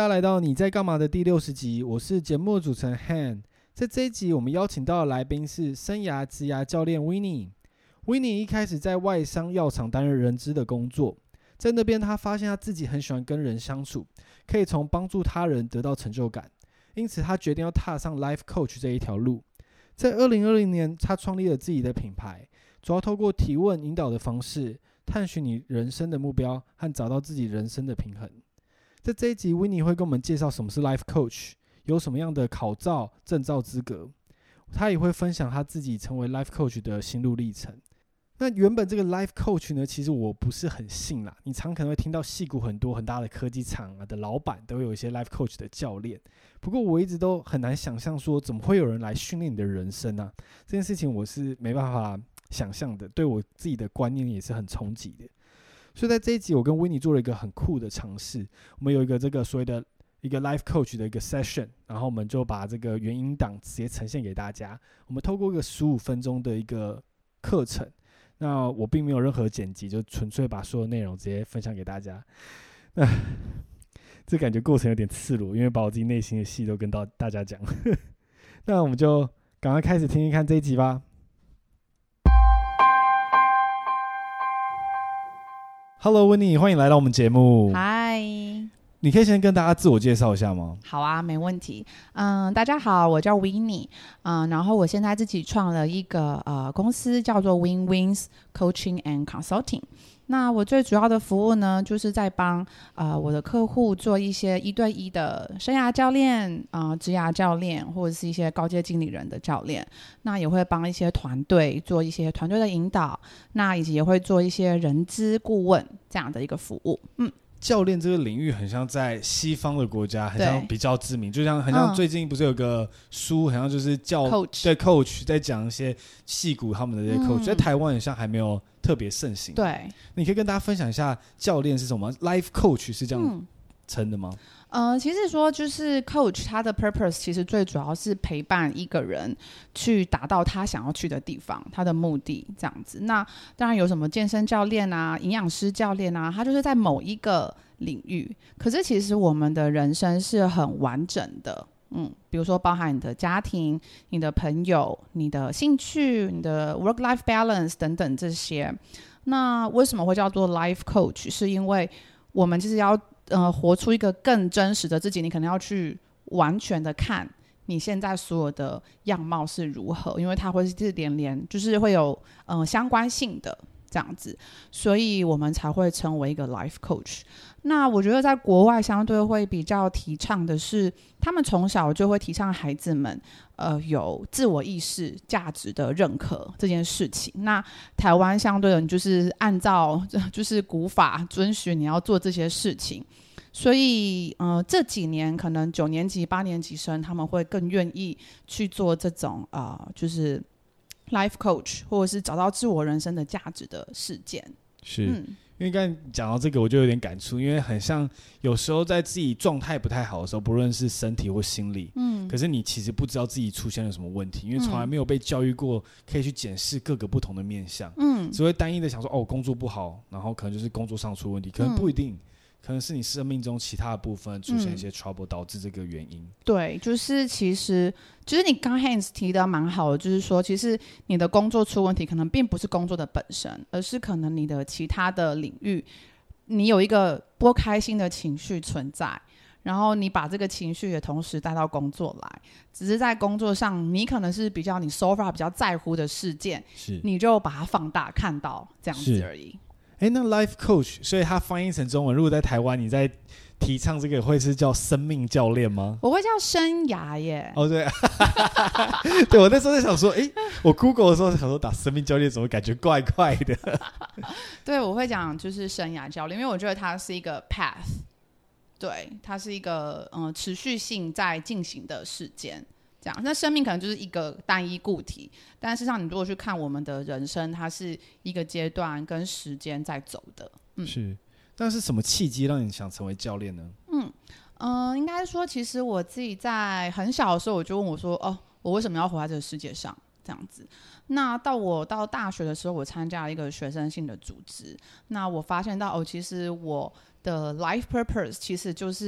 家来到你在干嘛的第60集，我是节目主持人 Han。 在这一集我们邀请到的来宾是生涯职涯教练 Winnie。Winnie 一开始在外商药厂担任人资的工作，在那边他发现他自己很喜欢跟人相处，可以从帮助他人得到成就感，因此他决定要踏上 Life Coach 这一条路。在2020年他创立了自己的品牌，主要透过提问引导的方式探寻你人生的目标和找到自己人生的平衡。在这一集 Winnie 会跟我们介绍什么是 Life Coach， 有什么样的考照证照资格，他也会分享他自己成为 Life Coach 的心路历程。那原本这个 Life Coach 呢，其实我不是很信啦，你常可能会听到矽谷很多很大的科技厂的老板都有一些 Life Coach 的教练，不过我一直都很难想象说怎么会有人来训练你的人生啊，这件事情我是没办法想象的，对我自己的观念也是很冲击的。所以在这一集我跟 Winnie 做了一个很酷的尝试，我们有一个这个所谓的一个 Life Coach 的一个 session， 然后我们就把这个原音档直接呈现给大家，我们透过一个15分钟的一个课程，那我并没有任何剪辑，就纯粹把所有内容直接分享给大家。那这感觉过程有点赤裸，因为把我自己内心的戏都跟到大家讲。那我们就赶快开始听听看这一集吧。Hello Winnie， 欢迎来到我们节目。 嗨， 你可以先跟大家自我介绍一下吗？ 好啊，没问题。大家好，我叫 Winnie。然后我现在自己创了一个公司，叫做 WinWins Coaching and Consulting。那我最主要的服务呢，就是在帮我的客户做一些1对1的生涯教练、职涯教练，或者是一些高阶经理人的教练。那也会帮一些团队做一些团队的引导，那以及也会做一些人资顾问这样的一个服务。 教练这个领域很像在西方的国家很像比较知名，就像很像最近不是有个书，很像就是对 coach 在讲一些矽谷他们的这些 coach，在台湾很像还没有特别盛行。 对， 你可以跟大家分享一下教练是什么 ，Life Coach 是这样称的吗？ 其实说就是 coach 他的 purpose 其实最主要是陪伴一个人去达到他想要去的地方，他的目的这样子。那当然有什么健身教练啊、营养师教练啊，他就是在某一个领域。可是其实我们的人生是很完整的，比如说包含你的家庭、你的朋友、你的兴趣、你的 work-life balance 等等这些。那为什么会叫做 life coach？ 是因为我们就是要活出一个更真实的自己，你可能要去完全的看你现在所有的样貌是如何，因为它会是连就是会有相关性的这样子，所以我们才会成为一个 life coach。那我觉得在国外相对会比较提倡的是，他们从小就会提倡孩子们有自我意识、价值的认可这件事情。那台湾相对的，你就是按照就是古法遵循你要做这些事情，所以这几年可能9年级、8年级生他们会更愿意去做这种就是life coach， 或者是找到自我人生的价值的事件。 是。因为刚才讲到这个我就有点感触，因为很像有时候在自己状态不太好的时候，不论是身体或心理，可是你其实不知道自己出现了什么问题，因为从来没有被教育过可以去检视各个不同的面向，只会单一的想说工作不好，然后可能就是工作上出问题，可能不一定，可能是你生命中其他的部分出现一些 trouble 导致这个原因。对， 就是其实就是你刚 Hans 提的蛮好的，就是说其实你的工作出问题可能并不是工作的本身，而是可能你的其他的领域你有一个不开心的情绪存在，然后你把这个情绪也同时带到工作来，只是在工作上你可能是比较你 so far 比较在乎的事件，你就把它放大看到这样子而已。 那 Life Coach 所以它翻译成中文，如果在台湾你在提倡这个会是叫生命教练吗？ 我会叫生涯耶。 对对，我那时候在想说我 Google 的时候想说打生命教练怎么感觉怪怪的。 对，我会讲就是生涯教练，因为我觉得它是一个 path， 对，它是一个持续性在进行的事件这样。那生命可能就是一个单一固体，但事实上你如果去看我们的人生，它是一个阶段跟时间在走的。 是。但是什么契机让你想成为教练呢？ 应该说其实我自己在很小的时候我就问我说我为什么要活在这个世界上这样子。那我到大学的时候，我参加了一个学生性的组织，那我发现到其实我的 life purpose 其实就是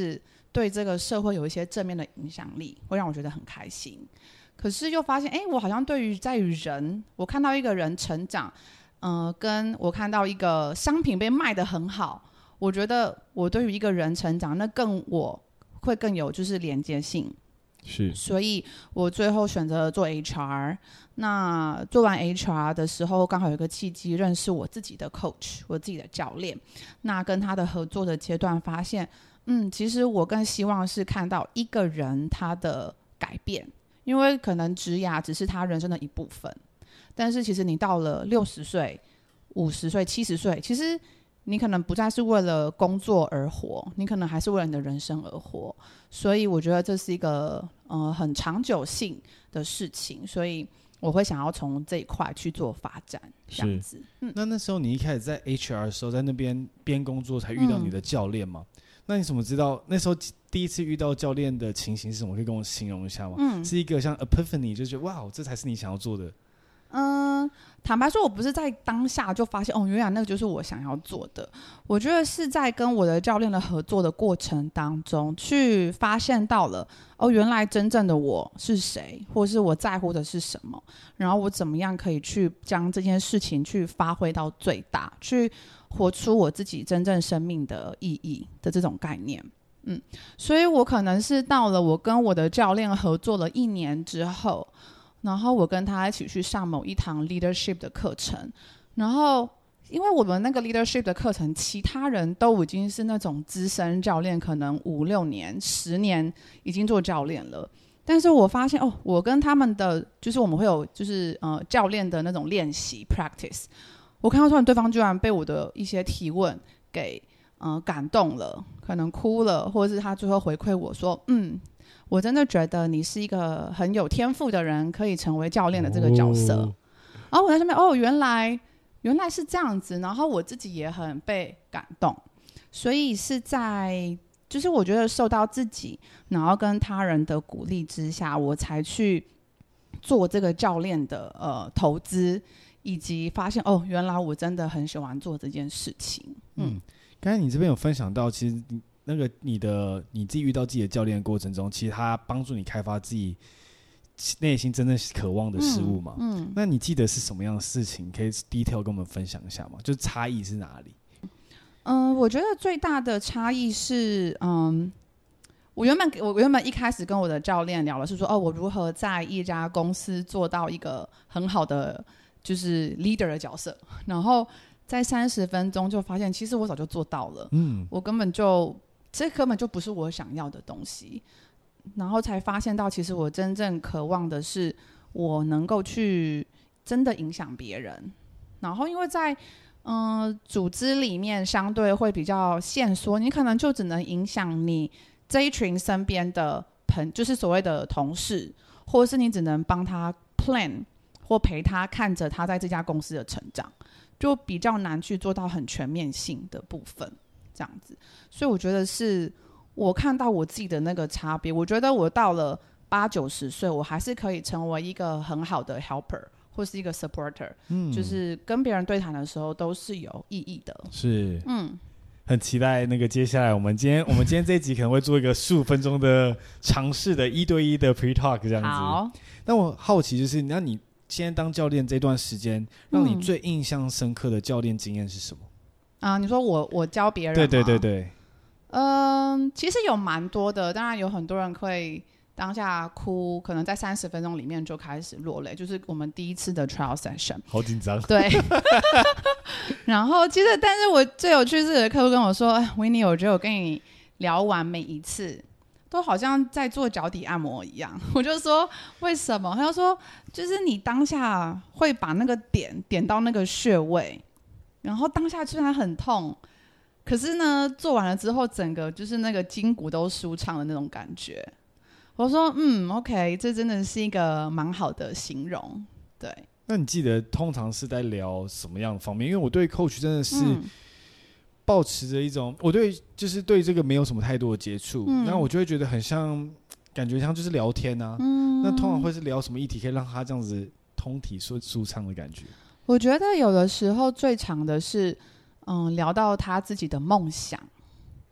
对这个社会有一些正面的影响力，会让我觉得很开心。可是又发现，我好像在于人，我看到一个人成长，跟我看到一个商品被卖得很好，我觉得我对于一个人成长，那我会更有就是连接性。 是， 所以我最后选择做 HR。那做完 HR 的时候，刚好有一个契机认识我自己的 coach， 我自己的教练。那跟他的合作的阶段，发现，其实我更希望是看到一个人他的改变，因为可能职涯只是他人生的一部分，但是其实你到了60岁、50岁、70岁，其实你可能不再是为了工作而活，你可能还是为了你的人生而活。所以我觉得这是一个很长久性的事情，所以我会想要从这一块去做发展，这样子。 那时候你一开始在 HR 的时候，在那边边工作才遇到你的教练吗？那你怎么知道那时候第一次遇到教练的情形是什么？可以跟我形容一下吗？是一个像 epiphany， 就觉得哇，这才是你想要做的。 坦白说，我不是在当下就发现原来那个就是我想要做的。我觉得是在跟我的教练的合作的过程当中，去发现到了原来真正的我是谁，或是我在乎的是什么，然后我怎么样可以去将这件事情去发挥到最大，去活出我自己真正生命的意义的这种概念。所以我可能是到了我跟我的教练合作了1年之后，然后我跟他一起去上某一堂 leadership 的课程，然后因为我们那个 leadership 的课程，其他人都已经是那种资深教练，可能5、6年、10年已经做教练了，但是我发现我跟他们的就是我们会有就是教练的那种练习 practice， 我看到突然对方居然被我的一些提问给感动了，可能哭了，或者是他最后回馈我说我真的觉得你是一个很有天赋的人，可以成为教练的这个角色。然后我在上面原来是这样子，然后我自己也很被感动。所以是在就是我觉得受到自己然后跟他人的鼓励之下，我才去做这个教练的投资，以及发现原来我真的很喜欢做这件事情。 刚才你这边有分享到，其实你自己遇到自己的教练的过程中，其实他帮助你开发自己内心真正渴望的事物嘛。那你记得是什么样的事情？可以 detail 跟我们分享一下吗？就是差异是哪里？ 我觉得最大的差异是，我原本一开始跟我的教练聊的是说，我如何在一家公司做到一个很好的就是 leader 的角色，然后在30分钟就发现，其实我早就做到了。我这根本就不是我想要的东西，然后才发现到，其实我真正渴望的是，我能够去真的影响别人。然后因为在组织里面相对会比较限缩，你可能就只能影响你这一群身边的就是所谓的同事，或者是你只能帮他 plan 或陪他看着他在这家公司的成长，就比较难去做到很全面性的部分这样子。所以我觉得是我看到我自己的那个差别，我觉得我到了80、90岁，我还是可以成为一个很好的 helper 或是一个 supporter，就是跟别人对谈的时候都是有意义的。 是，很期待那个接下来我们今天这一集可能会做一个15分钟的尝试的1对1的 pre talk 这样子。 好， 那我好奇就是，那你现在当教练这段时间，让你最印象深刻的教练经验是什么？ 你说我教别人吗？ 对。 其实有蛮多的，当然有很多人会当下哭，可能在30分钟里面就开始落泪，就是我们第一次的 trial session， 好紧张。 对。然后其实，但是我最有趣是有的客户跟我说，Winnie， 我觉得我跟你聊完每一次都好像在做脚底按摩一样。我就说为什么？他就说就是你当下会把那个点到那个穴位，然后当下虽然很痛，可是呢做完了之后整个就是那个筋骨都舒畅的那种感觉。我说OK， 这真的是一个蛮好的形容。对， 那你记得通常是在聊什么样的方面？因为我对 coach 真的是抱持着一种，我就是对这个没有什么太多的接触，那我就会觉得很像，感觉像就是聊天啊。那通常会是聊什么议题可以让他这样子通体舒畅的感觉？ 我觉得有的时候最常的是聊到他自己的梦想，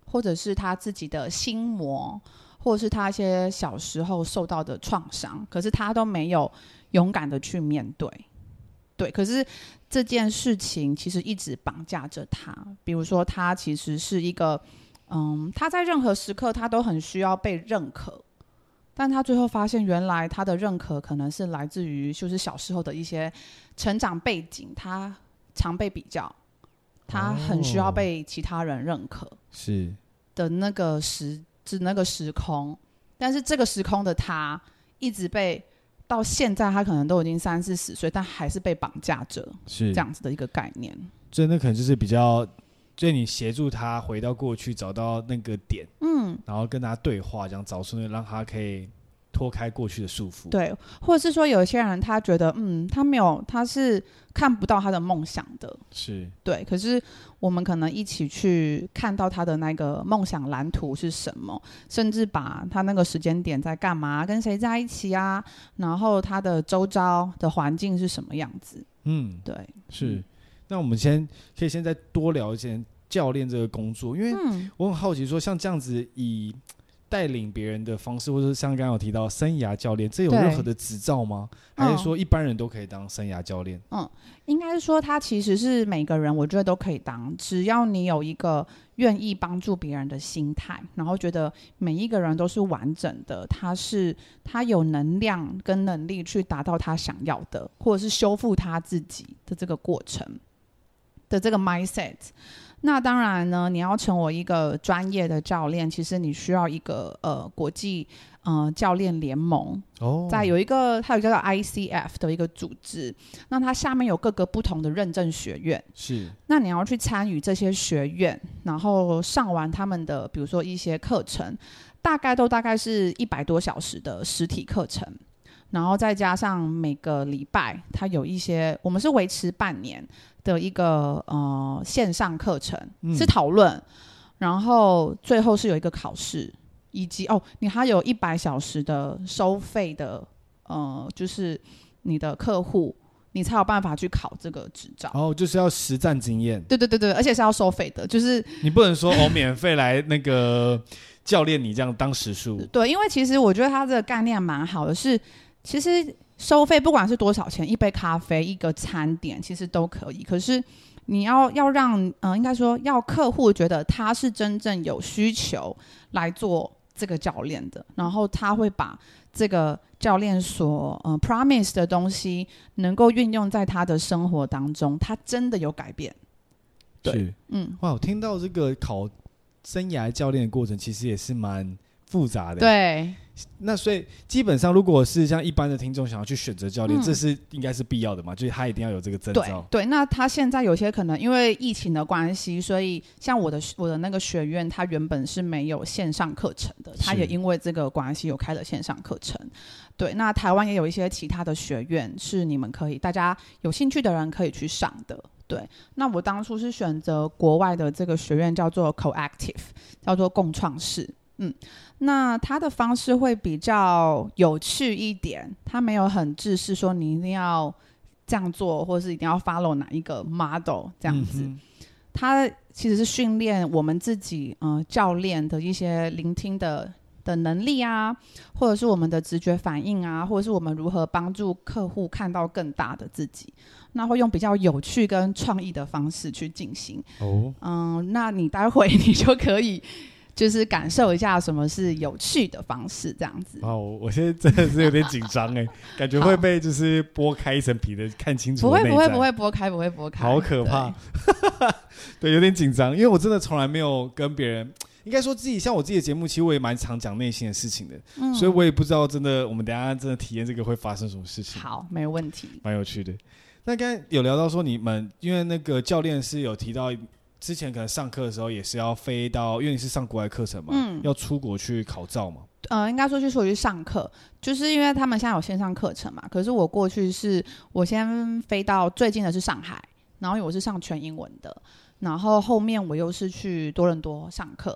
或者是他自己的心魔，或者是他一些小时候受到的创伤，可是他都没有勇敢的去面对。对，可是这件事情其实一直绑架着他。比如说他其实是一个他在任何时刻他都很需要被认可，但他最后发现原来他的认可可能是来自于就是小时候的一些成长背景，他常被比较，他很需要被其他人认可是的那个时空。但是这个时空的他一直被到现在他可能都已经30、40岁，但还是被绑架着，是这样子的一个概念。 所以那可能就是比较就你协助他回到过去，找到那个点，然后跟他对话，这样找出让他可以脱开过去的束缚。 对，或者是说有些人他觉得他是看不到他的梦想的，是对，可是我们可能一起去看到他的那个梦想蓝图是什么，甚至把他那个时间点在干嘛，跟谁在一起啊，然后他的周遭的环境是什么样子。对， 是。那我们可以先再多聊一些教练这个工作，因为我很好奇说，像这样子以带领别人的方式，或者像刚刚有提到生涯教练，这有任何的执照吗？还是说一般人都可以当生涯教练？ 应该是说他其实是每个人我觉得都可以当，只要你有一个愿意帮助别人的心态，然后觉得每一个人都是完整的，他有能量跟能力去达到他想要的，或者是修复他自己的这个过程的这个 mindset。那当然呢，你要成为一个专业的教练，其实你需要一个国际教练联盟。它有一个叫做 ICF 的一个组织，那它下面有各个不同的认证学院。是，那你要去参与这些学院，然后上完他们的比如说一些课程，大概是100多小时的实体课程，然后再加上每个礼拜它有一些，我们是维持半年的一个线上课程，是讨论，然后最后是有一个考试，以及你还有100小时的收费的就是你的客户，你才有办法去考这个执照。 就是要实战经验。 对，而且是要收费的，就是你不能说免费来那个教练你这样当时数。 对，因为其实我觉得他这个概念蛮好的，是其实收费不管是多少钱，一杯咖啡一个餐点其实都可以，可是你要让应该说要客户觉得他是真正有需求来做这个教练的，然后他会把这个教练所promise 的东西能够运用在他的生活当中，他真的有改变。对， 哇，我听到这个考生涯教练的过程其实也是蛮复杂的。 对， 那所以基本上如果是像一般的听众想要去选择教练，这是应该是必要的嘛，就是他一定要有这个证照。 对，那他现在有些可能因为疫情的关系，所以像我的那个学院，他原本是没有线上课程的，他也因为这个关系有开了线上课程。对，那台湾也有一些其他的学院是你们可以大家有兴趣的人可以去上的。对，那我当初是选择国外的这个学院叫做 Coactive， 叫做共创式。那他的方式会比较有趣一点，他没有很制式说你一定要这样做，或者是一定要 follow 哪一个 model 这样子。他其实是训练我们自己教练的一些聆听的能力啊，或者是我们的直觉反应啊，或者是我们如何帮助客户看到更大的自己。那会用比较有趣跟创意的方式去进行。那你待会你就可以就是感受一下什么是有趣的方式，这样子。 我现在真的是有点紧张感觉会被就是剥开一层皮的看清楚的内在。 不会剥开， 好可怕。对，有点紧张，因为我真的从来没有跟别人，应该说像我自己的节目，其实我也蛮常讲内心的事情的，所以我也不知道真的我们等一下真的体验这个会发生什么事情。 好，没有问题， 蛮有趣的。那刚才有聊到说你们因为那个教练是有提到之前可能上课的时候也是要飞到，因为你是上国外课程嘛，要出国去考照嘛。 应该说去上课，就是因为他们现在有线上课程嘛。可是我过去是我先飞到最近的是上海，然后因为我是上全英文的，然后后面我又是去多伦多上课。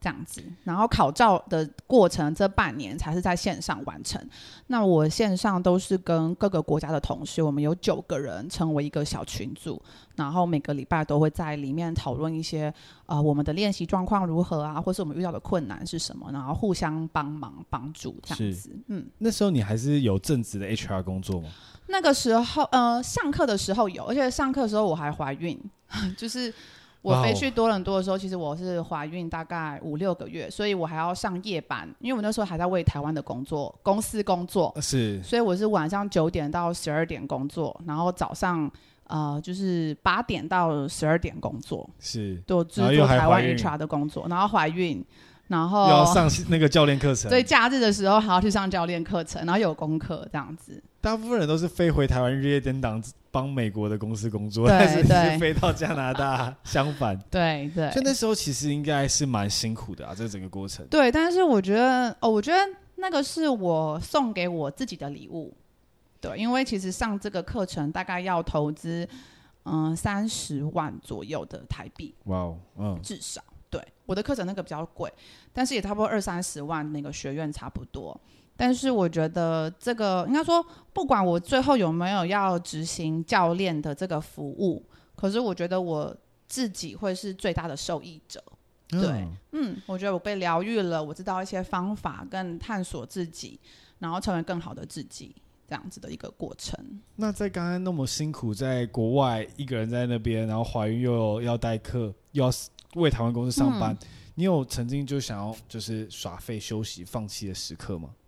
这样子，然后考照的过程这半年才是在线上完成。那我线上都是跟各个国家的同事，我们有9个人成为一个小群组，然后每个礼拜都会在里面讨论一些我们的练习状况如何啊，或是我们遇到的困难是什么，然后互相帮忙帮助这样子。 那时候你还是有正职的 HR 工作吗？ 那个时候上课的时候有，而且上课的时候我还怀孕，就是我飞去多伦多的时候，其实我是怀孕大概5-6个月，所以我还要上夜班，因为我那时候还在为台湾的公司工作， 是， 所以我是晚上9点到12点工作，然后早上就是8点到12点工作， 是， 就是做台湾 HR 的工作，然后怀孕，然后要上那个教练课程， 对，假日的时候还要去上教练课程，然后有功课这样子。 大部分人都是飞回台湾日夜颠倒帮美国的公司工作， 对但是你是飞到加拿大相反。 对对， 所以那时候其实应该是蛮辛苦的啊，这整个过程。 对，但是我觉得那个是我送给我自己的礼物。对，因为其实上这个课程大概要投资30万左右的台币。 哇哦， 至少。对，我的课程那个比较贵，但是也差不多20-30万，每个学院差不多。但是我觉得这个应该说，不管我最后有没有要执行教练的这个服务，可是我觉得我自己会是最大的受益者。对，我觉得我被疗愈了，我知道一些方法，跟探索自己，然后成为更好的自己，这样子的一个过程。 那在刚刚那么辛苦，在国外一个人在那边，然后怀孕又要代课，又要为台湾公司上班，你有曾经就想要就是耍废休息放弃的时刻吗？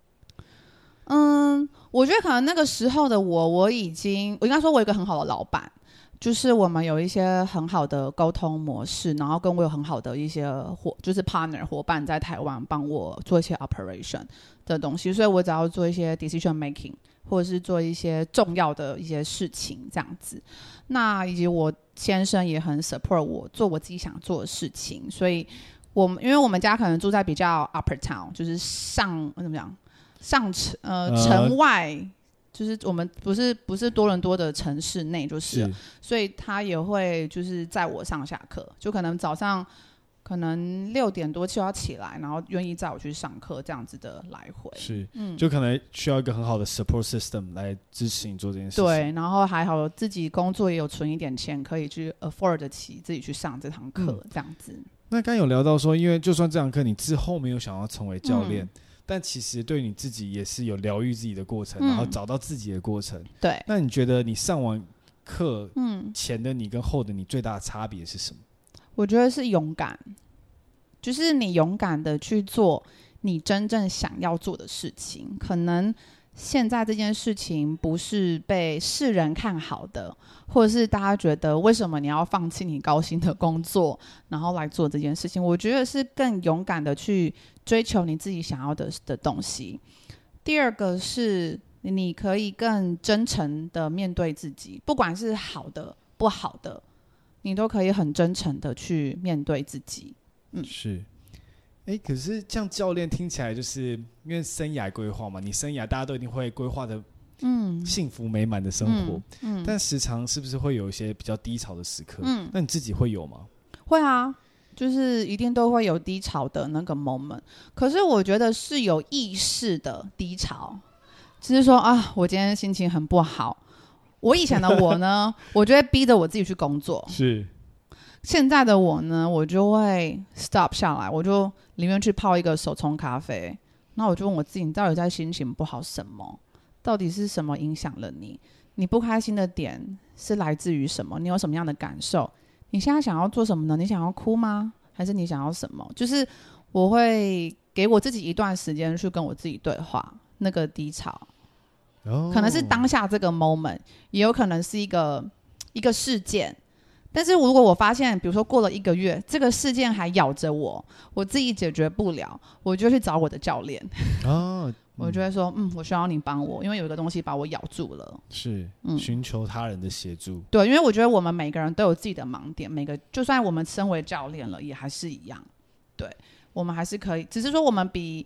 我觉得可能那个时候的我应该说我有一个很好的老板，就是我们有一些很好的沟通模式，然后跟我有很好的一些就是 partner 伙伴在台湾帮我做一些 operation 的东西，所以我只要做一些 decision making 或者是做一些重要的一些事情这样子。那以及我先生也很 support 我做我自己想做的事情，所以因为我们家可能住在比较 upper town， 就是怎么讲城外，就是我们不是多伦多的城市内，就是所以他也会就是载我上下课，就可能早上可能6点多就要起来，然后愿意载我去上课，这样子的来回。 是，就可能需要一个很好的 support system 来支持你做这件事情。 对，然后还好自己工作也有存一点钱，可以去 afford 得起自己去上这堂课，这样子。 那刚刚有聊到说，因为就算这堂课你之后没有想要成为教练，但其实对你自己也是有疗愈自己的过程，然后找到自己的过程。 对。 那你觉得你上完课前的你跟后的你最大的差别是什么？ 我觉得是勇敢，就是你勇敢的去做你真正想要做的事情。可能现在这件事情不是被世人看好的，或者是大家觉得为什么你要放弃你高薪的工作，然后来做这件事情。我觉得是更勇敢的去追求你自己想要的东西。第二个是你可以更真诚的面对自己，不管是好的不好的，你都可以很真诚的去面对自己。 是。可是这样教练听起来就是因为生涯规划嘛，你生涯大家都一定会规划的幸福美满的生活，但时常是不是会有一些比较低潮的时刻？那你自己会有吗？ 会啊，就是一定都会有低潮的那个 moment， 可是我觉得是有意识的低潮，就是说啊，我今天心情很不好。我以前的我呢，我就会逼着我自己去工作。 是。 现在的我呢，我就会 stop 下来，我就里面去泡一个手冲咖啡，那我就问我自己，你到底在心情不好什么？到底是什么影响了你？你不开心的点是来自于什么？你有什么样的感受？你现在想要做什么呢？你想要哭吗？还是你想要什么？就是我会给我自己一段时间去跟我自己对话，那个低潮，可能是当下这个 moment， 也有可能是一个事件。但是如果我发现比如说过了1个月，这个事件还咬着我自己解决不了，我就去找我的教练。我就会说我需要你帮我，因为有一个东西把我咬住了。 是，寻求他人的协助。 对，因为我觉得我们每个人都有自己的盲点，就算我们身为教练了也还是一样。对，我们还是可以，只是说我们比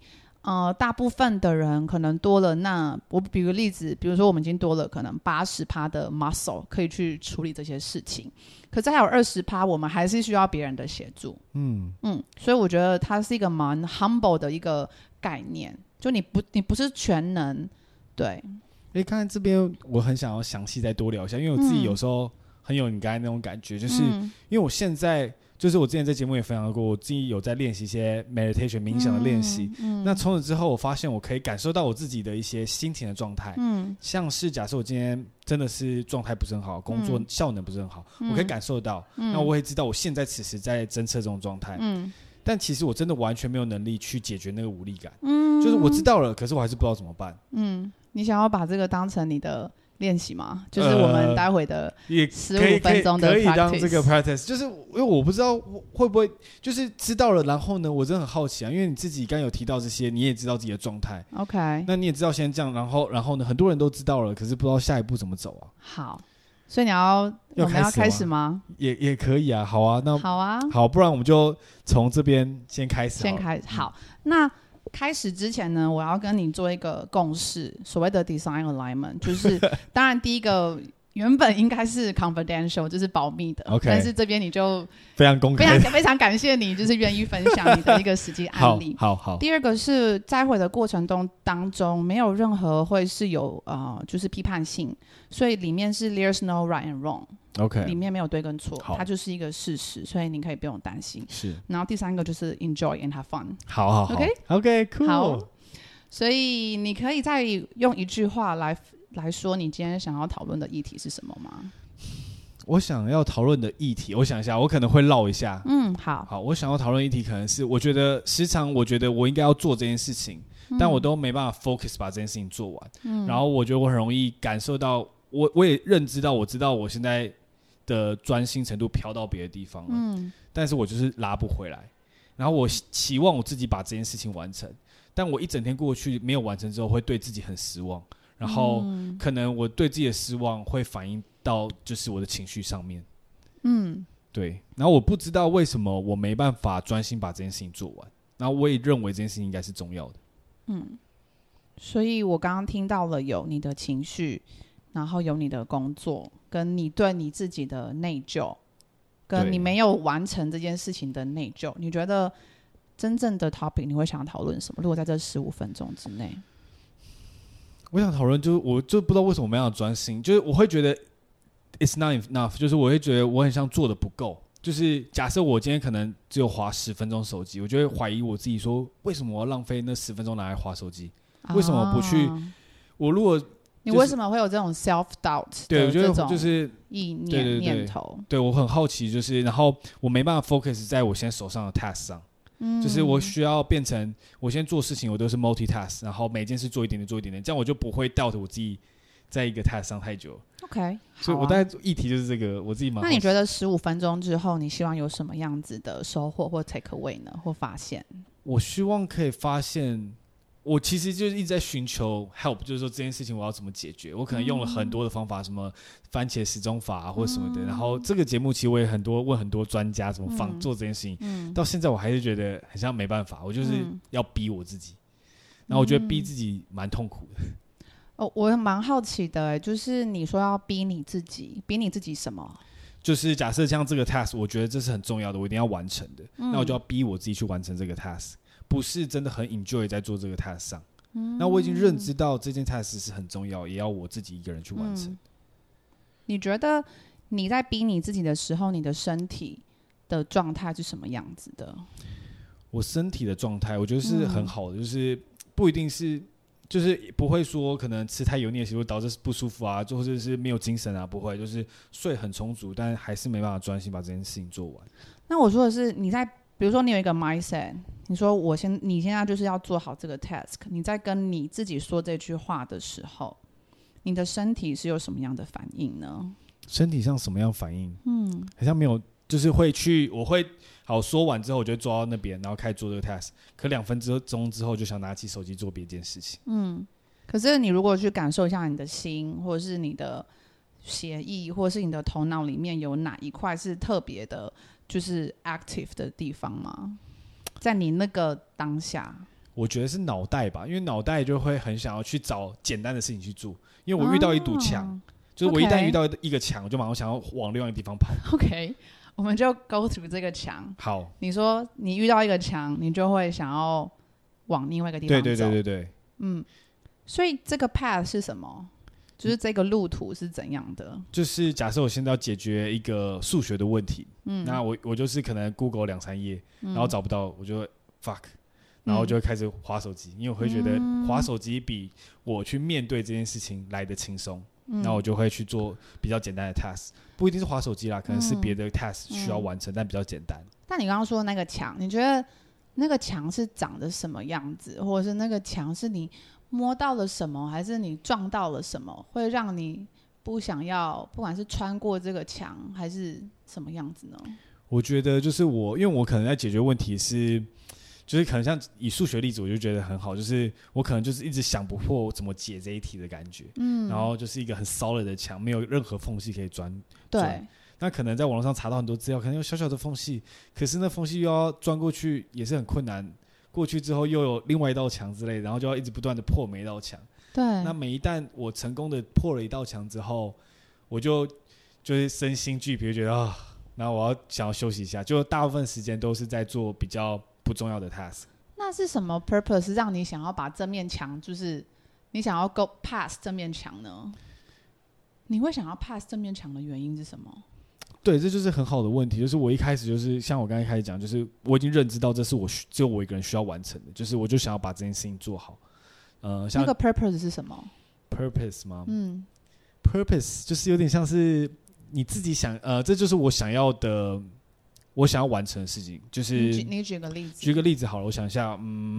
大部分的人可能多了，那我比个例子，比如说我们已经多了可能80%的 muscle 可以去处理这些事情，可是还有20%我们还是需要别人的协助。所以我觉得它是一个蛮 humble 的一个概念，就你不是全能。对， 刚才这边我很想要详细再多聊一下，因为我自己有时候很有你刚才那种感觉，就是因为我现在就是我之前在节目也分享过，我自己有在练习一些 meditation 冥想的练习。那从此之后，我发现我可以感受到我自己的一些心情的状态。像是假设我今天真的是状态不是很好，工作效能不是很好，我可以感受到。那我会知道我现在此时在侦测这种状态。但其实我真的完全没有能力去解决那个无力感。就是我知道了，可是我还是不知道怎么办。 你想要把这个当成你的练习吗？就是我们待会的15分钟的 practice， 可以当这个 practice。就是因为我不知道会不会就是知道了，然后呢，我真的很好奇啊，因为你自己刚有提到这些，你也知道自己的状态。 OK， 那你也知道先这样，然后呢，很多人都知道了，可是不知道下一步怎么走啊。 好，所以我们要开始吗？ 也可以啊，好啊，那好啊， 好，不然我们就从这边先开始。 好，那开始之前呢，我要跟你做一个共识，所谓的 design alignment， 就是当然第一个原本应该是 confidential， 就是保密的。 Okay， 但是这边你就非常公开， 非常感谢你，就是愿意分享你的一个实际案例。 好。第二个是摘回的过程当中，没有任何会是有就是批判性，所以里面是 there's no right and wrong。OK， 里面没有对跟错，它就是一个事实，所以你可以不用担心。 是。 然后第三个就是 enjoy and have fun。 好 ，OK， cool。 好，所以你可以再用一句话来说，你今天想要讨论的议题是什么吗？ 我想要讨论的议题，我想一下，我可能会绕一下。 好， 我想要讨论议题可能是，我觉得时常我觉得我应该要做这件事情，但我都没办法 focus 把这件事情做完。然后我觉得我很容易感受到，我也认知到，我知道我现在的专心程度飘到别的地方了，但是我就是拉不回来。然后我期望我自己把这件事情完成，但我一整天过去没有完成之后，会对自己很失望。然后可能我对自己的失望会反映到就是我的情绪上面。对。然后我不知道为什么我没办法专心把这件事情做完，然后我也认为这件事情应该是重要的。 所以我刚刚听到了有你的情绪，然后有你的工作，跟你对你自己的内疚，跟你没有完成这件事情的内疚。你觉得真正的 topic 你会想讨论什么？如果在这15分钟之内， 我想讨论就是我就不知道为什么我没有专心，就是我会觉得 it's not enough， 就是我会觉得我很像做的不够。就是假设我今天可能只有滑10分钟手机，我就会怀疑我自己说，为什么我要浪费那10分钟拿来滑手机？为什么不去？我如果你为什么会有这种 self doubt？ 对，我觉得就是意念念头。 对，我很好奇，就是然后我没办法 focus 在我现在手上的 task 上。就是我需要变成我先做事情，我都是 multitask， 然后每件事做一点点，做一点点，这样我就不会 doubt 我自己在一个 task 上太久。 OK， 所以我大概议题就是这个，我自己蛮好奇。 那你觉得15分钟之后，你希望有什么样子的收获或 take away 呢？或发现？ 我希望可以发现，我其实就是一直在寻求 help， 就是说这件事情我要怎么解决。我可能用了很多的方法，什么番茄时钟法或什么的。然后这个节目其实我也问很多专家怎么做这件事情。到现在我还是觉得很像没办法，我就是要逼我自己。然后我觉得逼自己蛮痛苦的。 我也蛮好奇的，就是你说要逼你自己什么？ 就是假设像这个 task， 我觉得这是很重要的，我一定要完成的。那我就要逼我自己去完成这个 task。不是真的很 enjoy 在做这个 task 上，那我已经认知到这件 task 是很重要，也要我自己一个人去完成。 你觉得你在逼你自己的时候，你的身体的状态是什么样子的？ 我身体的状态，我觉得是很好的，就是不一定是，就是不会说可能吃太油腻的食物导致不舒服啊，或者是没有精神啊，不会，就是睡很充足，但还是没办法专心把这件事情做完。 那我说的是你在。比如说你有一个 mindset， 你说你现在就是要做好这个 task， 你在跟你自己说这句话的时候，你的身体是有什么样的反应呢？ 身体上什么样反应？好像没有，就是我会好说完之后，我就坐到那边，然后开始做这个 task。可2分钟之后，就想拿起手机做别件事情。 可是你如果去感受一下你的心，或者是你的血液，或者是你的头脑里面有哪一块是特别的？就是 active 的地方吗？在你那个当下， 我觉得是脑袋吧，因为脑袋就会很想要去找简单的事情去做，因为我遇到一堵墙，就是我一旦遇到一个墙，我就马上想要往另外一个地方跑。 OK， 我们就 go through 这个墙。 好， 你说你遇到一个墙，你就会想要往另外一个地方走。 对， 所以这个 path 是什么？就是这个路途是怎样的？ 就是假设我现在要解决一个数学的问题，那我就是可能 Google 2-3页，然后找不到，我就会 fuck，然后就会开始滑手机，因为我会觉得滑手机比我去面对这件事情来得轻松，然后我就会去做比较简单的 task， 不一定是滑手机啦，可能是别的 task 需要完成，但比较简单。 但你刚刚说的那个墙，你觉得那个墙是长得什么样子，或者是那个墙是你摸到了什么，还是你撞到了什么，会让你不想要，不管是穿过这个墙还是什么样子呢？ 我觉得就是因为我可能在解决问题是，就是可能像以数学例子，我就觉得很好，就是我可能就是一直想不破怎么解这一题的感觉，然后就是一个很solid的墙，没有任何缝隙可以钻。 对。 那可能在网络上查到很多资料，可能有小小的缝隙，可是那缝隙又要钻过去，也是很困难。过去之后又有另外一道墙之类的，然后就要一直不断的破每一道墙。 对。 那每一旦我成功的破了一道墙之后，我就是身心俱疲，觉得然后我要想要休息一下，就大部分时间都是在做比较不重要的 task。 那是什么 purpose 让你想要把这面墙，就是你想要 go past 这面墙呢？你会想要 pass 这面墙的原因是什么？ 对，这就是很好的问题。就是我一开始就是像我刚才开始讲，就是我已经认知到这是只有我一个人需要完成的，就是我就想要把这件事情做好。像那个 purpose 是什么 ？purpose 吗？purpose 就是有点像是你自己想，这就是我想要的，我想要完成的事情。就是你举个例子。 举个例子好了，我想一下，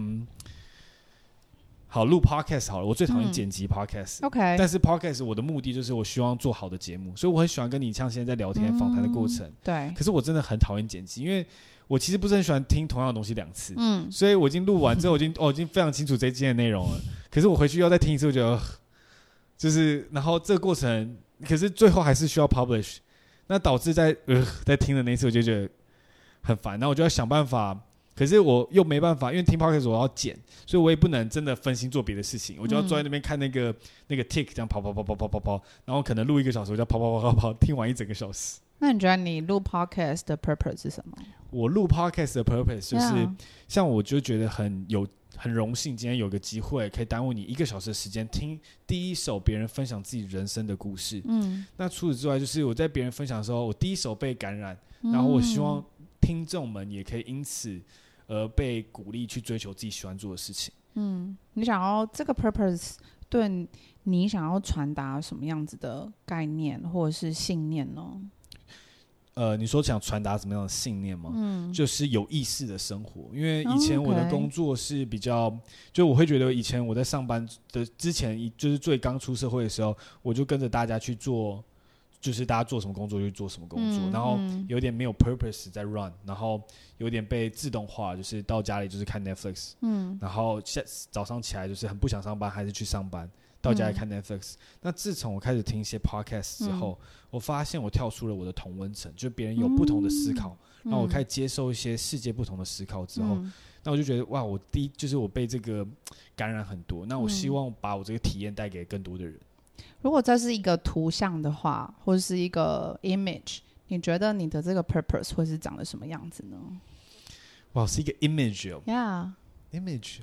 好，录 podcast 好了，我最讨厌剪辑 podcast，但是 podcast 我的目的就是我希望做好的节目，所以我很喜欢跟你像现在在聊天访谈的过程。 对。 可是我真的很讨厌剪辑，因为我其实不是很喜欢听同样的东西2次。所以我已经录完之后，我已经非常清楚这一期的内容了。可是我回去要再听一次，我觉得就是然后这个过程，可是最后还是需要 publish， 那导致在听的那一次我就觉得很烦，那我就要想办法。可是我又没办法，因为听 podcast 我要剪，所以我也不能真的分心做别的事情，我就要坐在那边看那个 tick 这样跑，然后可能录1个小时，我就要跑，听完1整个小时。 那你觉得你录 podcast 的 purpose 是什么？ 我录 podcast 的 purpose 就是像我就觉得很荣幸，今天有个机会可以耽误你1个小时的时间，听第一手别人分享自己人生的故事。那除此之外，就是我在别人分享的时候，我第一手被感染，然后我希望听众们也可以因此而被鼓励去追求自己喜欢做的事情。 你想要这个 purpose 对你想要传达什么样子的概念或者是信念呢？ 你说想传达什么样的信念吗？就是有意识的生活。因为以前我的工作是比较，就我会觉得以前我在上班的之前，就是最刚出社会的时候，我就跟着大家去做，就是大家做什么工作就做什么工作，然后有点没有 purpose 在 run， 然后有点被自动化，就是到家里就是看 Netflix，然后早上起来就是很不想上班，还是去上班。到家里看 Netflix。那自从我开始听一些 podcast 之后，我发现我跳出了我的同温层，就别人有不同的思考，那我开始接受一些世界不同的思考之后，那我就觉得哇，就是我被这个感染很多，那我希望把我这个体验带给更多的人。 如果这是一个图像的话，或者是一个 image， 你觉得你的这个 purpose 会是长得什么样子呢？ 哇，是一个 image 哦。 Yeah， image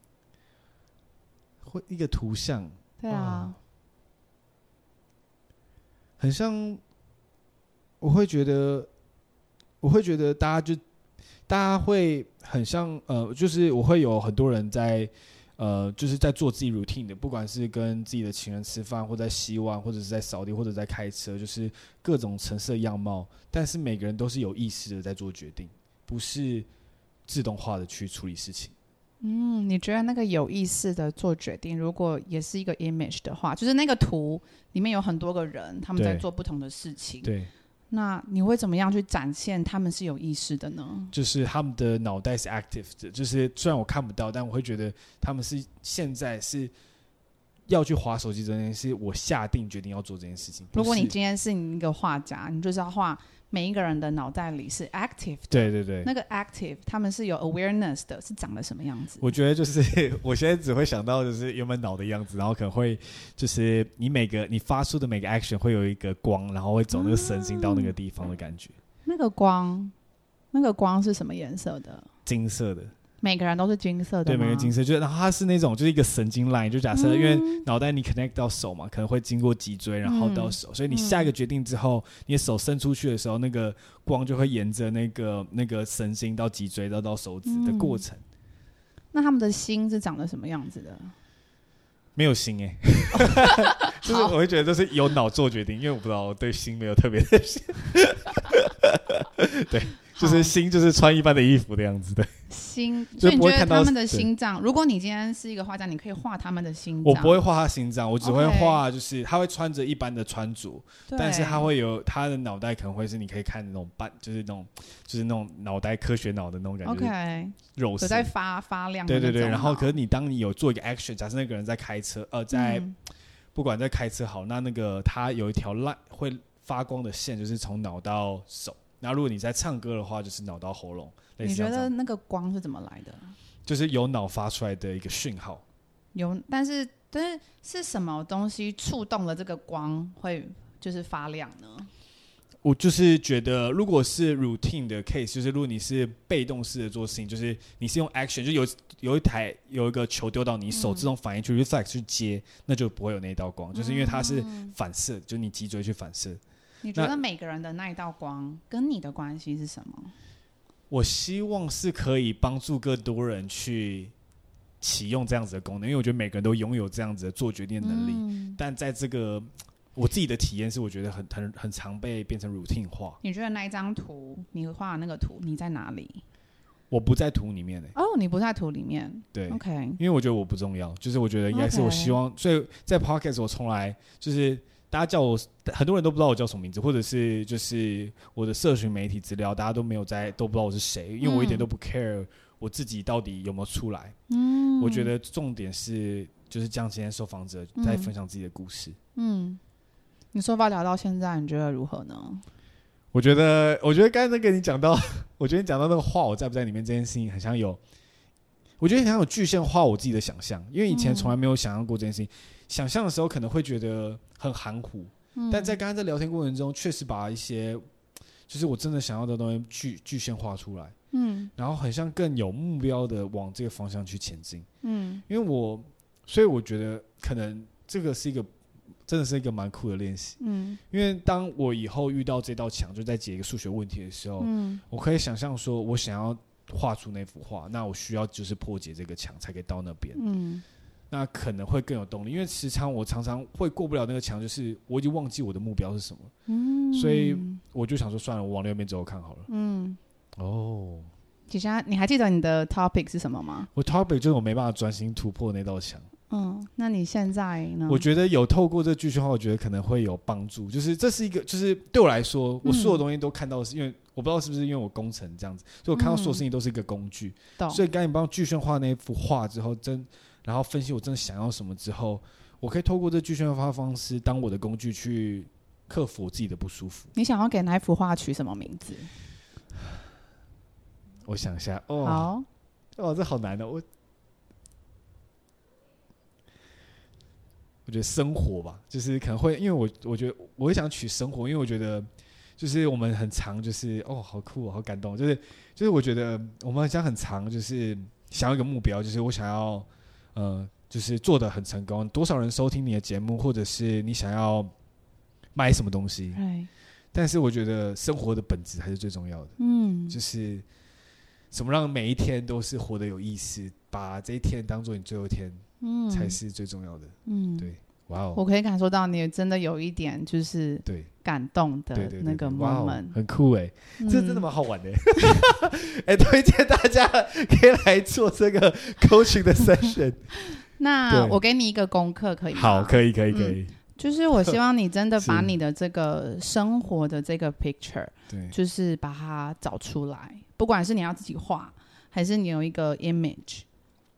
会一个图像。 对啊， 很像，我会觉得大家会很像就是我会有很多人在就是在做自己 routine 的，不管是跟自己的情人吃饭，或在洗碗，或者是在扫地，或者在开车，就是各种城市的样貌，但是每个人都是有意识的在做决定，不是自动化的去处理事情。 你觉得那个有意识的做决定，如果也是一个 image 的话，就是那个图里面有很多个人，他们在做不同的事情。 对。 那你会怎么样去展现他们是有意识的呢？ 就是他们的脑袋是 active 的，就是虽然我看不到，但我会觉得他们是现在是要去滑手机这件事，我下定决定要做这件事情。 如果你今天是你一个画家，你就是要画每一个人的脑袋里是 active 的， 对对对， 那个 active 他们是有 awareness 的，是长得什么样子？ 我觉得就是我现在只会想到就是原本脑的样子，然后可能会就是你发出的每个 action 会有一个光，然后会走那个神经到那个地方的感觉。 那个光是什么颜色的？ 金色的。 每个人都是金色的吗？ 对，每个金色，然后它是那种就是一个神经 line， 就假设因为脑袋你 connect 到手嘛，可能会经过脊椎，然后到手，所以你下一个决定之后，你的手伸出去的时候，那个光就会沿着那个神经到脊椎到手指的过程。 那他们的心是长得什么样子的？ 没有心就是我会觉得这是由脑做决定，因为我不知道我对心没有特别的心对，就是心就是穿一般的衣服的样子的心，所以你觉得他们的心脏，如果你今天是一个画家，你可以画他们的心脏。 我不会画他心脏，我只会画就是他会穿着一般的穿着，但是他会有他的脑袋可能会是你可以看那种就是那种脑袋科学脑的那种感觉。 OK， 肉色有在发亮的那种。 对对对，然后可是当你有做一个 action， 假设那个人在开车，不管在开车好，那个他有一条会发光的线，就是从脑到手。然后如果你在唱歌的话，就是脑到喉咙。 你觉得那个光是怎么来的？ 就是由脑发出来的一个讯号。 但是是什么东西触动了这个光会就是发亮呢？ 我就是觉得，如果是 routine 的 case， 就是如果你是被动式的做事情，就是你是用 action， 就有一个球丢到你手，自动反应去 reflex 去接，那就不会有那一道光，就是因为它是反射，就是你脊椎去反射。 你觉得每个人的那一道光跟你的关系是什么？ 我希望是可以帮助更多人去启用这样子的功能，因为我觉得每个人都拥有这样子的做决定的能力，但在这个我自己的体验是，我觉得很常被变成 routine 化。 你觉得那一张图，你画的那个图，你在哪里？ 我不在图里面你不在图里面。对 ，OK， 因为我觉得我不重要，就是我觉得应该是我希望，所以在 podcast 我从来就是大家叫我，很多人都不知道我叫什么名字，或者是就是我的社群媒体资料，大家都不知道我是谁，因为我一点都不 care 我自己到底有没有出来。我觉得重点是就是这样，今天受访者在分享自己的故事。 你说话聊到现在，你觉得如何呢？ 我觉得刚才那个你讲到，我觉得你讲到那个画我在不在里面这件事情，很像我觉得很像有具象化我自己的想象，因为以前从来没有想象过这件事情。想象的时候可能会觉得很含糊，但在刚才在聊天过程中，确实把一些就是我真的想要的东西具象化出来，然后很像更有目标的往这个方向去前进，因为所以我觉得可能这个是真的是一个蛮酷的练习，因为当我以后遇到这道墙，就在解一个数学问题的时候，我可以想象说我想要画出那幅画，那我需要就是破解这个墙才可以到那边，那可能会更有动力，因为我常常会过不了那个墙，就是我已经忘记我的目标是什么，所以我就想说算了，我往右边走看好了。 其实你还记得你的 topic 是什么吗？ 我 topic 就是我没办法专心突破那道墙。 那你现在呢？ 我觉得有透过这句话，我觉得可能会有帮助。就是这是一个，就是对我来说，我所有东西都看到的是，因为我不知道是不是因为我工程这样子，所以我看到所有事情都是一个工具。所以刚才你帮我具象化那幅画之后，然后分析我真的想要什么之后，我可以透过这具象化的方式当我的工具去克服我自己的不舒服。 你想要给那幅画取什么名字？ 我想一下。 好。 这好难哦。我觉得生活吧，就是可能会，因为我觉得我会想取生活，因为我觉得就是我们很常就是好酷好感动，就是我觉得我们好像很常就是想要一个目标，就是我想要就是做得很成功，多少人收听你的节目，或者是你想要卖什么东西，但是我觉得生活的本质还是最重要的，就是怎么让每一天都是活得有意思，把这一天当做你最后一天，才是最重要的。对，哇哦！ 我可以感受到你真的有一点就是感动的那个 moment， 很酷哎，这真的蛮好玩的。推荐大家可以来做这个 coaching 的 session。 那我给你一个功课可以吗？ 好，可以。 就是我希望你真的把你的这个生活的这个 picture， 就是把它找出来，不管是你要自己画，还是你有一个 image，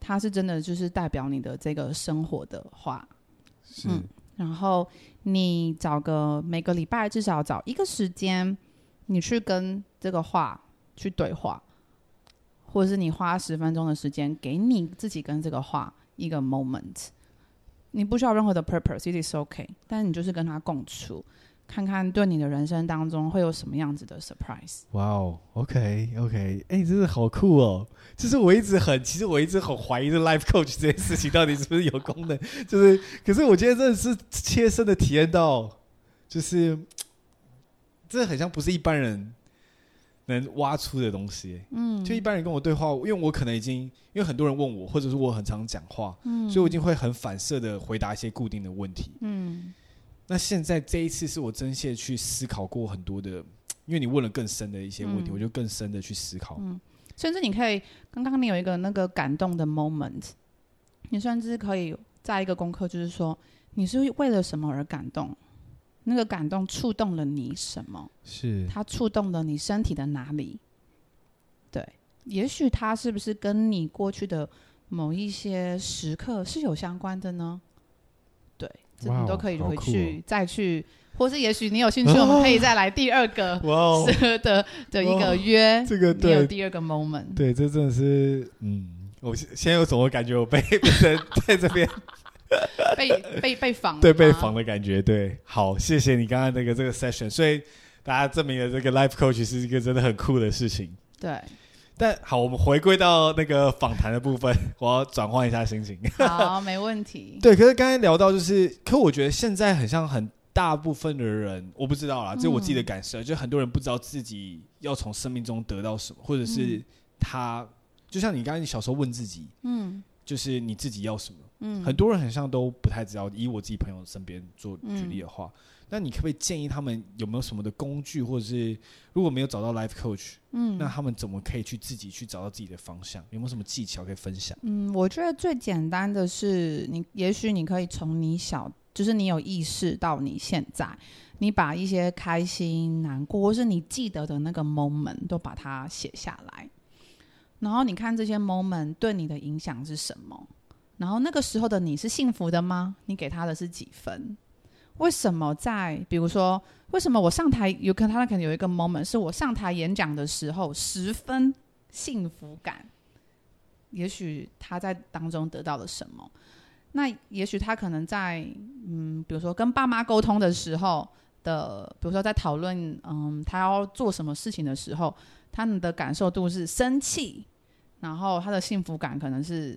它是真的就是代表你的这个生活的话， 是， 然后你每个礼拜至少找一个时间，你去跟这个画去对话，或者是你花10分钟的时间给你自己跟这个画一个 moment， 你不需要任何的 purpose，it is okay， 但是你就是跟它共处，看看对你的人生当中会有什么样子的 surprise。 哇哦 ，OK， 真的好酷哦！就是其实我一直很怀疑这 life coach 这件事情到底是不是有功能，可是我今天真的是切身的体验到，就是这很像不是一般人能挖出的东西。就一般人跟我对话，因为我可能因为很多人问我，或者是我很常讲话，所以我已经会很反射的回答一些固定的问题。那现在这一次是我真切去思考过很多的，因为你问了更深的一些问题，我就更深的去思考。 甚至你可以，刚刚你有一个那个感动的 moment， 你甚至可以在一个功课，就是说你是为了什么而感动，那个感动触动了你什么？ 是它触动了你身体的哪里？对，也许它是不是跟你过去的某一些时刻是有相关的呢？对，这你都可以回去再去。或是也许你有兴趣，我们可以再来第二个的一个约， 这个对， 你有第二个 moment， 对，这真的是，我现在有什么感觉？我被在这边被访， 对，被访的感觉，对，好，谢谢你刚刚那个这个 session， 所以大家证明了这个 life coach 是一个真的很酷的事情， 对。 但好，我们回归到那个访谈的部分，我要转换一下心情。 好，没问题。 对，可是刚才聊到可我觉得现在很大部分的人，我不知道啦，这是我自己的感受，就很多人不知道自己要从生命中得到什么，或者是就像你刚才你小时候问自己，就是你自己要什么，很多人很像都不太知道。以我自己朋友身边做举例的话，那你可不可以建议他们有没有什么的工具，或者是如果没有找到 life coach，那他们怎么可以自己去找到自己的方向？有没有什么技巧可以分享？ 我觉得最简单的是，也许你可以从就是你有意识到你现在，你把一些开心、难过，或是你记得的那个 moment 都把它写下来，然后你看这些 moment 对你的影响是什么，然后那个时候的你是幸福的吗？你给他的是几分？为什么比如说，为什么我上台他可能有一个 moment 是我上台演讲的时候10分幸福感，也许他在当中得到了什么？那也许他可能在比如说跟爸妈沟通的时候比如说在讨论他要做什么事情的时候，他们的感受度是生气，然后他的幸福感可能是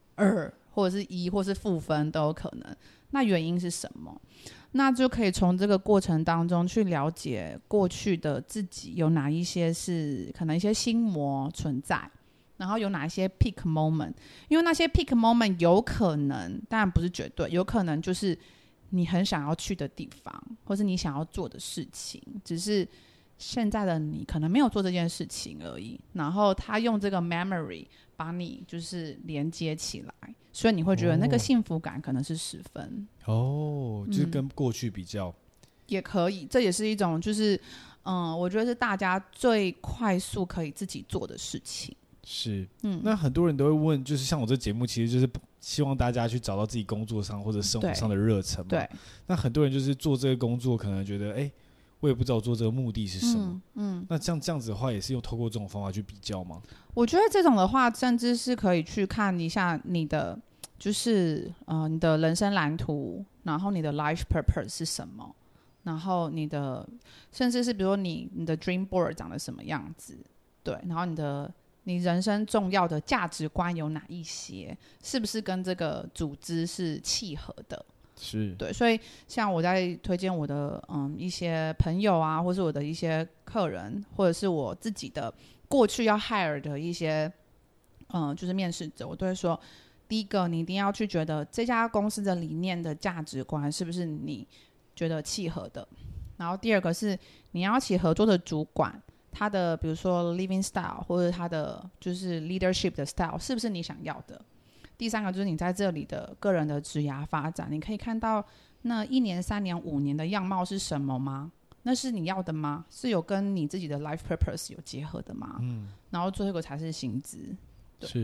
2或者是1或是负分都有可能。那原因是什么？那就可以从这个过程当中去了解过去的自己有哪一些是可能一些心魔存在，然后有哪一些 peak moment， 因为那些 peak moment 有可能，当然不是绝对，有可能就是你很想要去的地方，或是你想要做的事情，只是现在的你可能没有做这件事情而已，然后他用这个 memory 把你就是连接起来，所以你会觉得那个幸福感可能是10分。 就是跟过去比较也可以，这也是一种就是我觉得是大家最快速可以自己做的事情。 是，那很多人都会问，就是像我这节目其实就是希望大家去找到自己工作上或者生活上的热忱嘛。 对， 那很多人就是做这个工作可能觉得我也不知道我做这个目的是什么。那这样子的话也是透过这种方法去比较吗？ 我觉得这种的话甚至是可以去看一下你的就是你的人生蓝图，然后你的 life purpose 是什么，然后甚至是比如说你的 dream board 长得什么样子，对，然后你人生重要的价值观有哪一些，是不是跟这个组织是契合的？ 是，对， 所以像我在推荐我的一些朋友啊，或是我的一些客人，或者是我自己的过去要 hire 的一些就是面试者，我都会说，第一个你一定要去觉得这家公司的理念的价值观是不是你觉得契合的，然后第二个是你要一起合作的主管，他的比如说 living style 或者他的就是 leadership 的 style 是不是你想要的。第三个就是你在这里的个人的职涯发展，你可以看到那1年、3年、5年的样貌是什么吗？那是你要的吗？是有跟你自己的 life purpose 有结合的吗？然后最后一个才是薪资。 是，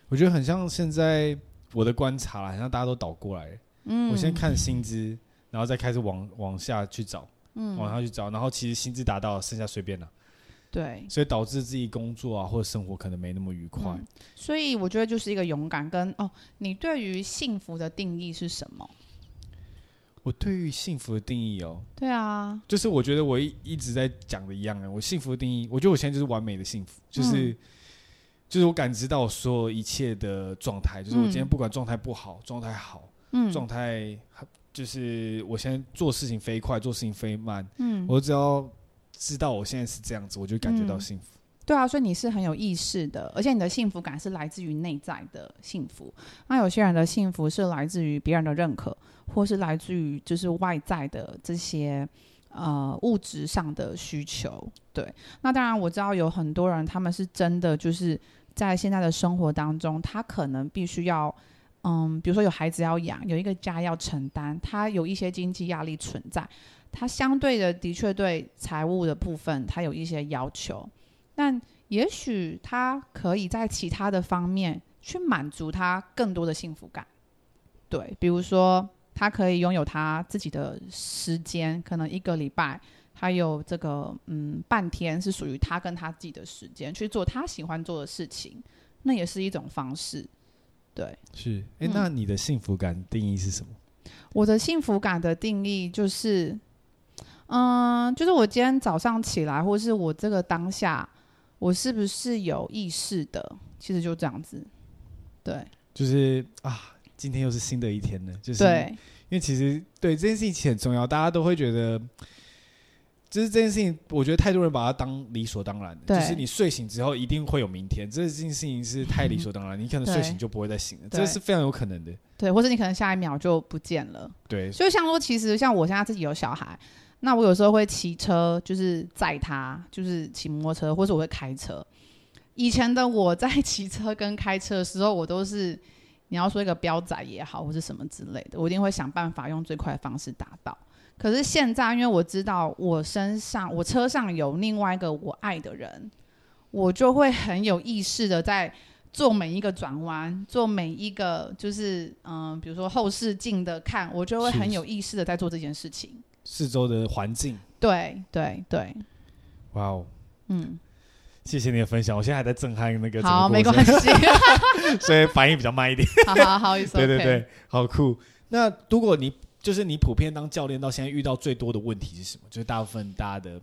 我觉得很像现在我的观察啦，很像大家都倒过来，我先看薪资，然后再开始往下去找，往下去找，然后其实薪资达到，剩下随便啦。 对， 所以导致自己工作啊或者生活可能没那么愉快。 所以我觉得就是一个勇敢跟你对于幸福的定义是什么？ 我对于幸福的定义对啊， 就是我觉得我一直在讲的一样我幸福的定义，我觉得我现在就是完美的幸福，就是我感知到我所有一切的状态，就是我今天不管状态不好、状态好、状态就是我现在做事情飞快、做事情飞慢，我只要知道我现在是这样子，我就感觉到幸福。 对啊，所以你是很有意识的，而且你的幸福感是来自于内在的幸福。那有些人的幸福是来自于别人的认可，或是来自于就是外在的这些物质上的需求。对，那当然我知道有很多人他们是真的就是在现在的生活当中，他可能必须要比如说有孩子要养，有一个家要承担，他有一些经济压力存在，他相对的确对财务的部分他有一些要求，但也许他可以在其他的方面去满足他更多的幸福感。对，比如说他可以拥有他自己的时间，可能一个礼拜他有这个半天是属于他跟他自己的时间，去做他喜欢做的事情，那也是一种方式。对， 是那你的幸福感定义是什么？ 我的幸福感的定义就是就是我今天早上起来，或是我这个当下我是不是有意识的，其实就这样子。对，就是今天又是新的一天了，就是对， 因为其实对这件事情其实很重要，大家都会觉得就是这件事情，我觉得太多人把它当理所当然的，就是你睡醒之后一定会有明天，这件事情是太理所当然，你可能睡醒就不会再醒了，这是非常有可能的。 对，或者你可能下一秒就不见了。 对， 所以像说，其实像我现在自己有小孩，那我有时候会骑车，就是载他，就是骑摩托车，或者我会开车。以前的我在骑车跟开车的时候，我都是你要说一个标载也好，或是什么之类的，我一定会想办法用最快的方式达到。可是现在，因为我知道我车上有另外一个我爱的人，我就会很有意识的在做每一个转弯，做每一个就是比如说后视镜的看，我就会很有意识的在做这件事情。 四周的环境， 对对对， 哇哦，谢谢你的分享，我现在还在震撼那个整个好，没关系， 所以反应比较慢一点。 好，意思。 对对对，好酷。那如果你普遍当教练到现在遇到最多的问题是什么？就是大部分大家的，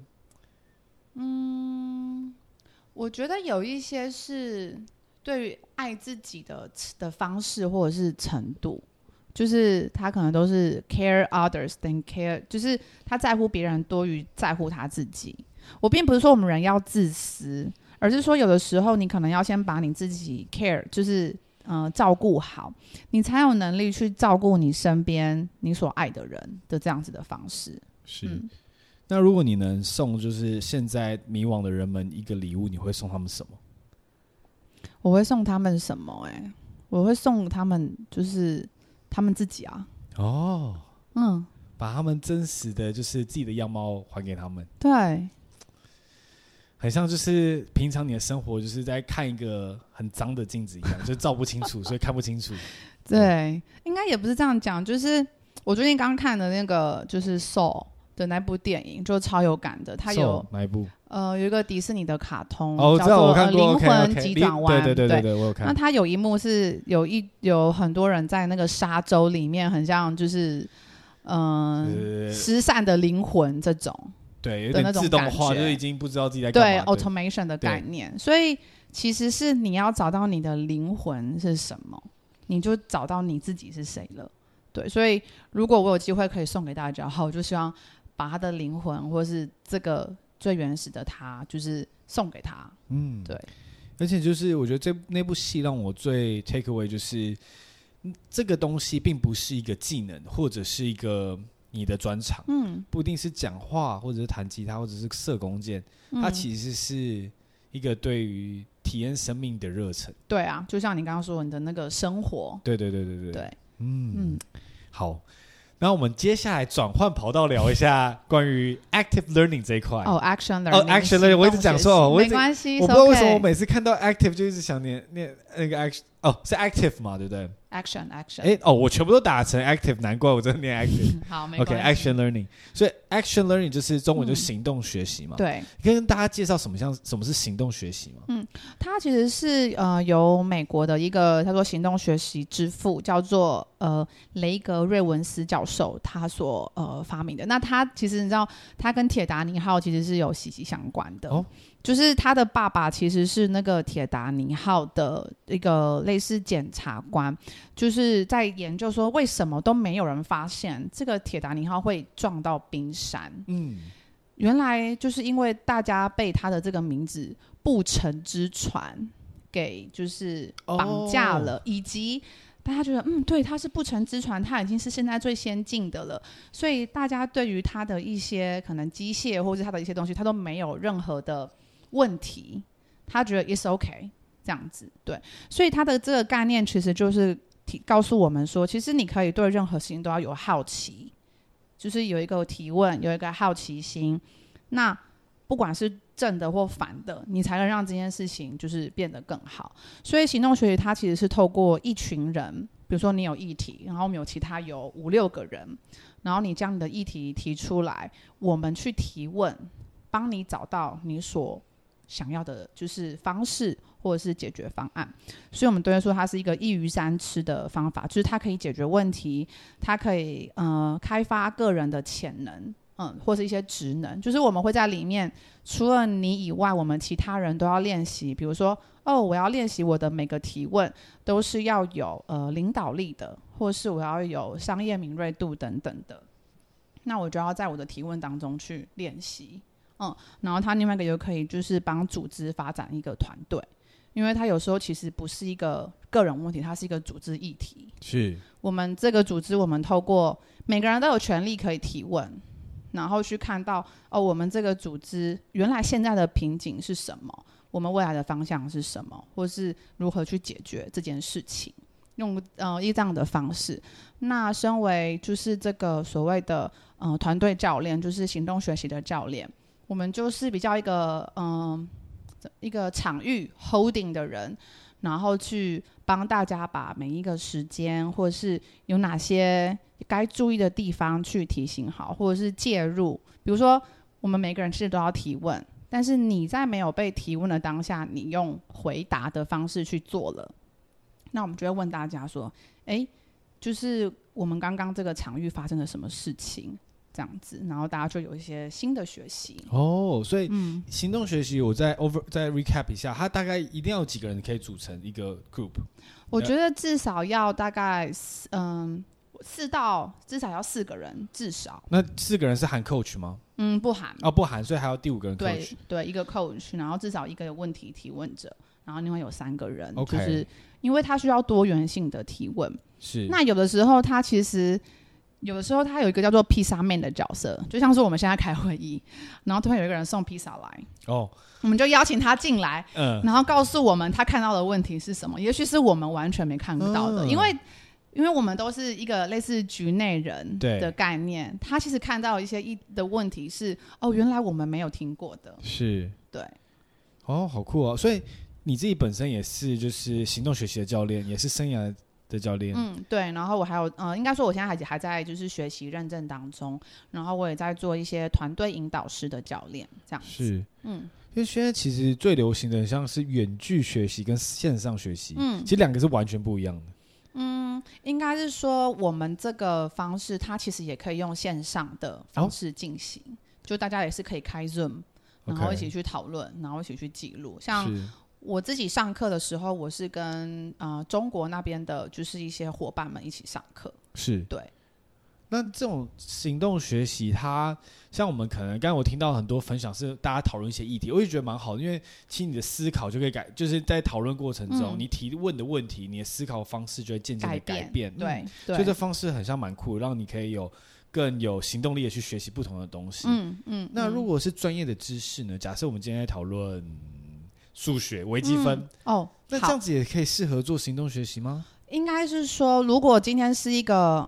我觉得有一些是对于爱自己的方式或者是程度，就是他可能都是 care others than care， 就是他在乎别人多于在乎他自己。我并不是说我们人要自私，而是说有的时候你可能要先把你自己 care， 就是照顾好，你才有能力去照顾你身边你所爱的人的这样子的方式。 是。那如果你能送就是现在迷惘的人们一个礼物，你会送他们什么？ 我会送他们什么？我会送他们就是他们自己啊。把他们真实的就是自己的样貌还给他们。 对。 很像就是平常你的生活就是在看一个很脏的镜子一样，就照不清楚，所以看不清楚。 对，应该也不是这样讲，就是我最近刚看的那个就是《Soul》的那部电影，就超有感的。它有哪一部？ 有一个迪士尼的卡通， 我知道，我看过。 灵魂急转弯。 对，我有看。 那它有一幕是有很多人在那个沙洲里面，很像就是失散的灵魂这种。 对，有点自动化，就已经不知道自己在干嘛。 对 automation 的概念，所以其实是你要找到你的灵魂是什么，你就找到你自己是谁了。对，所以如果我有机会可以送给大家，好，我就希望把他的灵魂或是这个最原始的他，就是送给他。对。 而且就是我觉得那部戏让我最 take away 就是这个东西并不是一个技能，或者是一个你的专长，不一定是讲话，或者是弹吉他，或者是射弓箭，它其实是一个对于体验生命的热忱。 对啊，就像你刚刚说你的那个生活。 对。好，那我们接下来转换跑道聊一下关于 active learning 这一块。 action learning。 action learning， 我一直讲说， 没关系， 我不知道为什么我每次看到 active 就一直想念那个 action。 哦，是 active 嘛，对不对 action。 我全部都打成 active， 难怪我真的念 active 好，没关系。 OK，action learning， 所以 action learning 就是中文就行动学习嘛。 对， 跟大家介绍什么是行动学习吗？ 它其实是由美国的一个叫做行动学习之父，叫做雷格瑞文斯教授他所发明的。那他其实你知道，他跟铁达尼号其实是有息息相关的。就是他的爸爸其实是那个铁达尼号的一个类似检察官，就是在研究说为什么都没有人发现这个铁达尼号会撞到冰山。原来就是因为大家被他的这个名字不沉之船给就是绑架了，以及大家觉得对，它是不沉之船，它已经是现在最先进的了，所以大家对于它的一些可能机械或者它的一些东西，它都没有任何的问题，他觉得 it's okay 这样子。对，所以他的这个概念其实就是告诉我们说，其实你可以对任何事情都要有好奇，就是有一个提问，有一个好奇心，那不管是正的或反的，你才能让这件事情就是变得更好。所以行动学习它其实是透过一群人，比如说你有议题，然后我们有其他有5-6个人，然后你将你的议题提出来，我们去提问，帮你找到你所想要的就是方式或者是解决方案。所以我们都会说它是一个一鱼三吃的方法，就是它可以解决问题，它可以开发个人的潜能，或是一些职能，就是我们会在里面除了你以外，我们其他人都要练习。比如说我要练习我的每个提问都是要有领导力的，或是我要有商业敏锐度等等的，那我就要在我的提问当中去练习。然后他另外一个也可以就是帮组织发展一个团队，因为他有时候其实不是一个个人问题，它是一个组织议题。 是我们这个组织，我们透过每个人都有权利可以提问，然后去看到我们这个组织原来现在的瓶颈是什么，我们未来的方向是什么，或是如何去解决这件事情，用这样的方式。那身为就是这个所谓的团队教练，就是行动学习的教练，我们就是比较一个场域 holding 的人，然后去帮大家把每一个时间或者是有哪些该注意的地方去提醒好，或者是介入。比如说我们每个人其实都要提问，但是你在没有被提问的当下，你用回答的方式去做了，那我们就会问大家说就是我们刚刚这个场域发生了什么事情这样子，然后大家就有一些新的学习。 所以行动学习我再 recap 一下，它大概一定要有几个人可以组成一个 group？ 我觉得至少要大概至少要4个人，至少。那 4个人是含 coach 吗？ 不含。 不含，所以还要第5个人 coach。 对，一个 coach， 然后至少一个有问题提问者，然后另外有3个人。 Okay. 就是因为他需要多元性的提问。 是。 那有的时候他有一个叫做披萨 man 的角色，就像是我们现在开会议，然后突然有一个人送披萨来，我们就邀请他进来，然后告诉我们他看到的问题是什么，也许是我们完全没看到的，因为我们都是一个类似局内人的概念，他其实看到一些的问题是原来我们没有听过的。 是。 对。 好酷哦！所以你自己本身也是就是行动学习的教练，也是生涯的教练。 对。然后我还有应该说我现在还在就是学习认证当中，然后我也在做一些团队引导师的教练这样子。 是。因为现在其实最流行的像是远距学习跟线上学习，其实2个是完全不一样的。 应该是说我们这个方式它其实也可以用线上的方式进行，就大家也是可以开 Zoom， 然后一起去讨论，然后一起去记录。像我自己上课的时候，我是跟中国那边的就是一些伙伴们一起上课。是。对。 那这种行动学习，它像我们可能刚刚我听到很多分享是大家讨论一些议题，我也觉得蛮好的，因为其实你的思考就可以就是在讨论过程中，你提问的问题，你的思考方式就会渐渐的改变。 对。 所以这方式很像蛮酷的，让你可以更有行动力的去学习不同的东西。那如果是专业的知识呢？假设我们今天在讨论数学微积分，那这样子也可以适合做行动学习吗？ 应该是说，如果今天是一个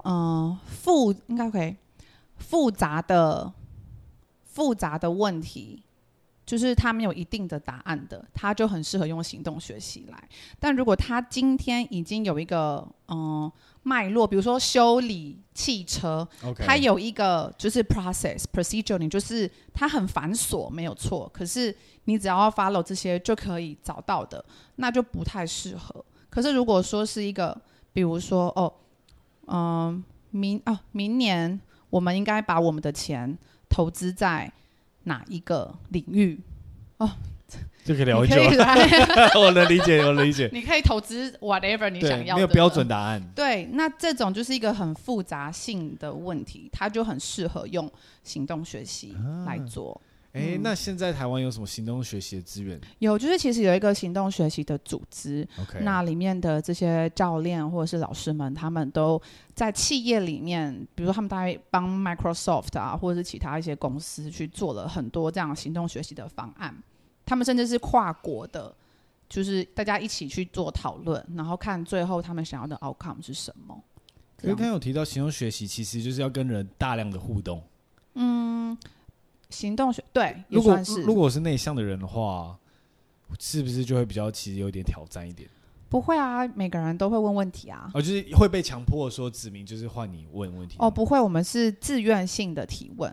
应该可以复杂的问题， 就是他没有一定的答案的，他就很适合用行动学习来。但如果他今天已经有一个脉络，比如说修理汽车，它有一个就是 procedure， 你就是它很繁琐没有错，可是你只要 follow 这些就可以找到的，那就不太适合。可是如果说是一个，比如说明年我们应该把我们的钱投资在哪一个领域？ 就可以聊很久了。我能理解。 你可以投资 whatever 你想要的， 没有标准答案。 对，那这种就是一个很复杂性的问题，它就很适合用行动学习来做。 那现在台湾有什么行动学习的资源？ 有，就是其实有一个行动学习的组织，那里面的这些教练或者是老师们，他们都在企业里面，比如说他们大概帮 Microsoft 啊，或者是其他一些公司去做了很多这样行动学习的方案。他们甚至是跨国的，就是大家一起去做讨论，然后看最后他们想要的 outcome 是什么。 可是刚刚有提到行动学习其实就是要跟人大量的互动。 行动学对，也算是。 如果是内向的人的话，是不是就会比较其实有点挑战一点？ 不会啊，每个人都会问问题啊。 就是会被强迫说指明就是换你问问题。 不会，我们是自愿性的提问。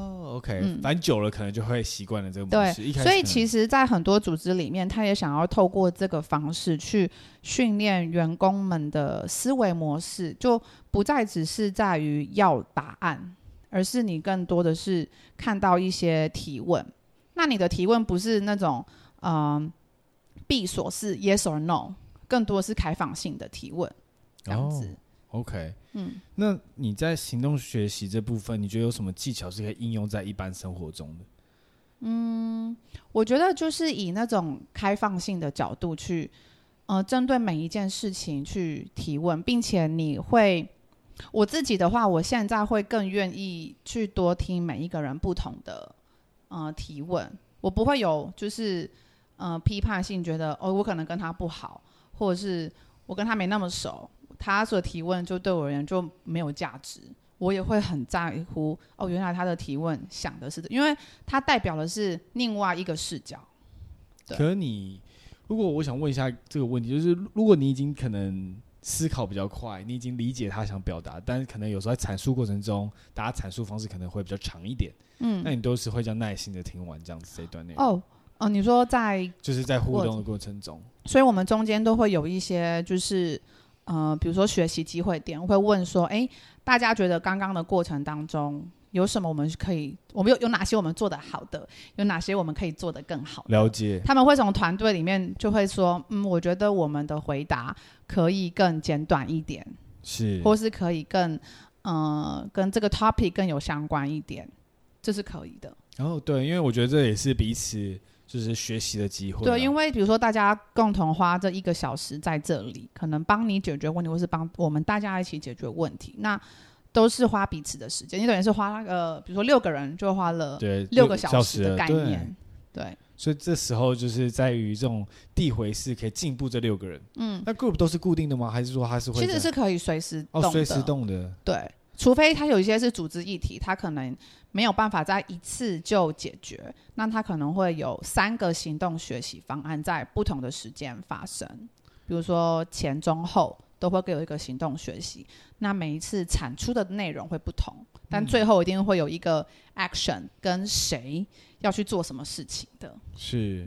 OK，反正久了可能就会习惯了这个模式。 对，所以其实在很多组织里面，他也想要透过这个方式去训练员工们的思维模式，就不再只是在于要答案，而是你更多的是看到一些提问。那你的提问不是那种闭锁是 yes or no， 更多的是开放性的提问，这样子。 OK， 那你在行动学习这部分，你觉得有什么技巧是可以应用在一般生活中的？ 我觉得就是以那种开放性的角度去，针对每一件事情去提问，并且你会，我自己的话，我现在会更愿意去多听每一个人不同的提问，我不会有就是批判性，觉得我可能跟他不好，或者是我跟他没那么熟。他所提问就对我而言就没有价值，我也会很在乎原来他的提问想的是因为他代表的是另外一个视角。 可是如果我想问一下这个问题，就是如果你已经可能思考比较快，你已经理解他想表达，但是可能有时候在阐述过程中，大家阐述方式可能会比较长一点，那你都是会这样耐心的听完这样子这一段内容？ 你说就是在互动的过程中， 所以我们中间都会有一些就是比如说学习机会点，我会问说，大家觉得刚刚的过程当中有什么我们有哪些我们做得好的，有哪些我们可以做得更好的？ 了解。他们会从团队里面就会说，我觉得我们的回答可以更简短一点， 是， 或是可以更跟这个 topic 更有相关一点，这是可以的。 对，因为我觉得这也是彼此就是学习的机会。 对，因为比如说大家共同花这1个小时在这里，可能帮你解决问题，或是帮我们大家一起解决问题，那都是花彼此的时间。你等于是花比如说6个人就花了6个小时的概念。对， 所以这时候就是在于这种递回式可以进步这6个人。那 group 都是固定的吗？还是说它是会？ 其实是可以随时动的。 随时动的。 对，除非它有一些是组织议题，它可能没有办法在一次就解决，那它可能会有3个行动学习方案在不同的时间发生，比如说前中后都会有一个行动学习，那每一次产出的内容会不同，但最后一定会有一个 action 跟谁要去做什么事情的。 是，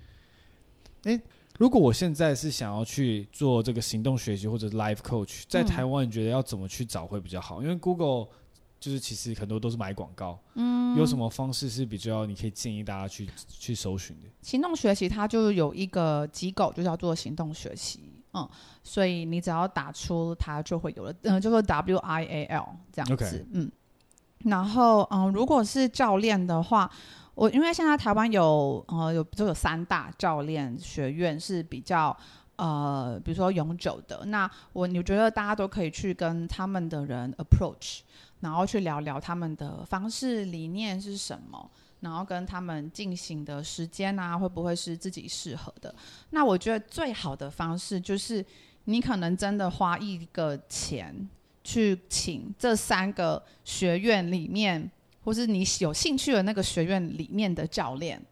如果我现在是想要去做这个行动学习或者 life coach， 在台湾你觉得要怎么去找会比较好？因为 Google 就是其实很多都是买广告，有什么方式是比较你可以建议大家去搜寻的？ 行动学习它就有一个机构就叫做行动学习，所以你只要打出它就会有了，叫做 WIAL 这样子。然后如果是教练的话，因为现在台湾有3大教练学院是比较比如说永久的，那我觉得大家都可以去跟他们的人 approach， 然后去聊聊他们的方式理念是什么，然后跟他们进行的时间啊会不会是自己适合的。那我觉得最好的方式就是你可能真的花一个钱去请这3个学院里面，或是你有兴趣的那个学院里面的教练，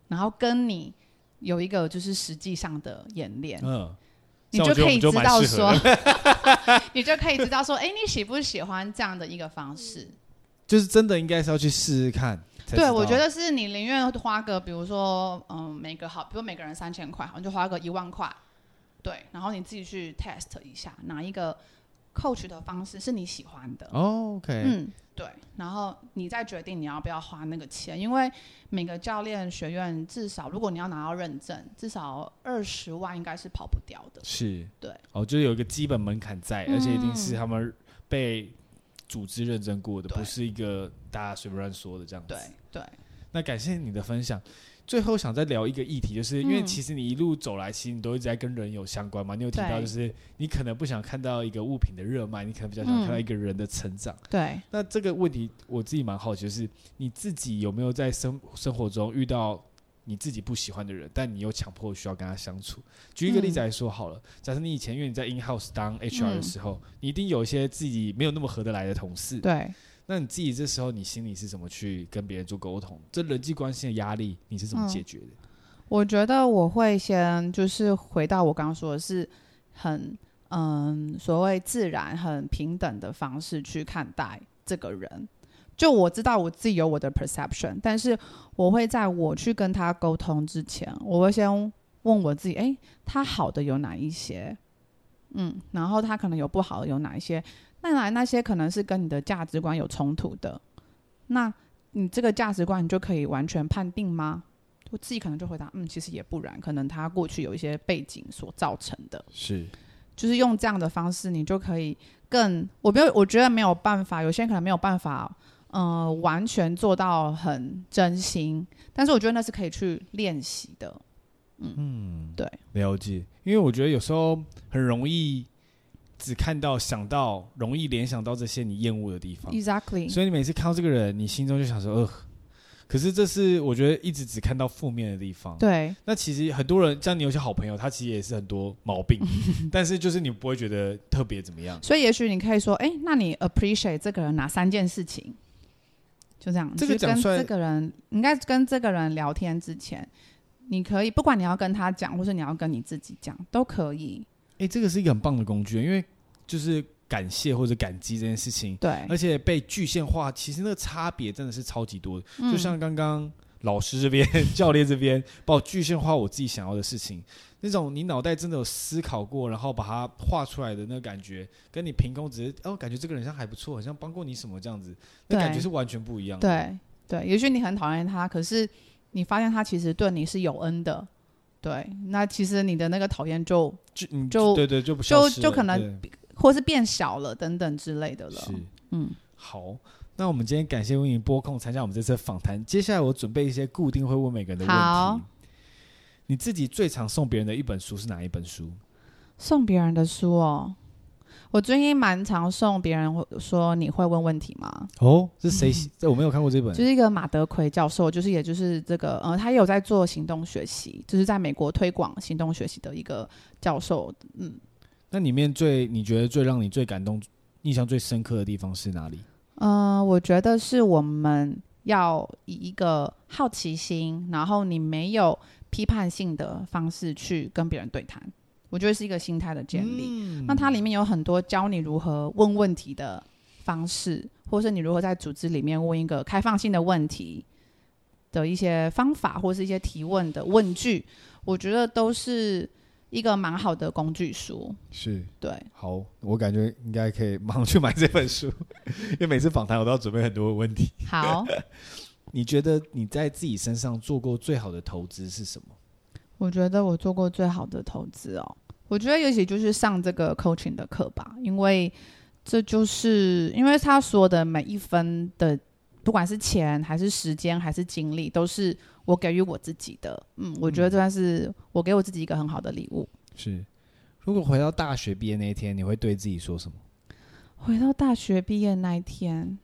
然后跟你有一个就是实际上的演练，你就可以知道说你就可以知道说你喜不喜欢这样的一个方式， 就是真的应该是要去试试看。 对，我觉得是你宁愿花个比如说比如每个人3000块，好，你就花个1万块，对，然后你自己去 test 一下哪一个 coach 的方式是你喜欢的。 OK， 对，然后你再决定你要不要花那个钱，因为每个教练学院至少如果你要拿到认证，至少20万应该是跑不掉的。 是， 对， 就是有一个基本门槛在，而且一定是他们被组织认证过的，不是一个大家随便乱说的这样子。 对。 那感谢你的分享。最后想再聊一个议题，就是因为其实你一路走来，其实你都一直在跟人有相关嘛。你有提到，就是你可能不想看到一个物品的热卖，你可能比较想看到一个人的成长。 对。 那这个问题我自己蛮好奇，就是你自己有没有在生活中遇到你自己不喜欢的人，但你又强迫需要跟他相处？举一个例子来说好了，假设你以前因为你在 in house 当 HR 的时候，你一定有一些自己没有那么合得来的同事。 对。 那你自己这时候你心里是怎么去跟别人做沟通？这人际关系的压力你是怎么解决的？ 我觉得我会先就是回到我刚刚说的是很所谓自然很平等的方式去看待这个人。就我知道我自己有我的 perception， 但是我会在我去跟他沟通之前，我会先问我自己，他好的有哪一些？然后他可能有不好的有哪一些？那些可能是跟你的价值观有冲突的，那你这个价值观你就可以完全判定吗？我自己可能就回答，其实也不然，可能他过去有一些背景所造成的， 是， 就是用这样的方式，你就可以我觉得没有办法，有些人可能没有办法，完全做到很真心，但是我觉得那是可以去练习的，对， 了解，因为我觉得有时候很容易只看到想到容易联想到这些你厌恶的地方 Exactly， 所以你每次看到这个人你心中就想说可是这是我觉得一直只看到负面的地方。 对， 那其实很多人像你有些好朋友他其实也是很多毛病但是就是你不会觉得特别怎么样， 所以也许你可以说那你 appreciate 这个人哪3件事情，就这样。 这个讲出来， 跟这个人应该跟这个人聊天之前，你可以不管你要跟他讲或是你要跟你自己讲都可以。 这个是一个很棒的工具，因为就是感谢或者感激这件事情， 对， 而且被具象化，其实那个差别真的是超级多的。就像刚刚老师这边教练这边把我具象化我自己想要的事情，那种你脑袋真的有思考过然后把它画出来的那个感觉，跟你凭空只是感觉这个人像还不错，好像帮过你什么这样子，那感觉是完全不一样的。 对，也许你很讨厌他，可是你发现他其实对你是有恩的，对，那其实你的那个讨厌就对就不消失了， 就可能或是变小了等等之类的了。 是，好，那我们今天感谢Winnie拨空参加我们这次访谈。接下来我准备一些固定会问每个人的问题。 好， 你自己最常送别人的一本书是哪一本书？ 送别人的书我最近蛮常送别人说你会问问题吗？ 是谁写？我没有看过这本。 就是一个马德奎教授，也就是这个他也有在做行动学习，就是在美国推广行动学习的一个教授。 那里面你觉得最让你最感动、印象最深刻的地方是哪里？ 我觉得是我们要以一个好奇心，然后你没有批判性的方式去跟别人对谈，我觉得是一个心态的建立。那它里面有很多教你如何问问题的方式，或是你如何在组织里面问一个开放性的问题的一些方法，或是一些提问的问句，我觉得都是一个蛮好的工具书。 是， 对， 好，我感觉应该可以马上去买这本书因为每次访谈我都要准备很多问题。 好你觉得你在自己身上做过最好的投资是什么？ 我觉得我做过最好的投资我觉得尤其就是上这个 coaching 的课吧，因为这就是因为他所有的每一分的不管是钱还是时间还是精力都是我给予我自己的。我觉得这算是我给我自己一个很好的礼物。 是，如果回到大学毕业那一天你会对自己说什么？ 回到大学毕业那一天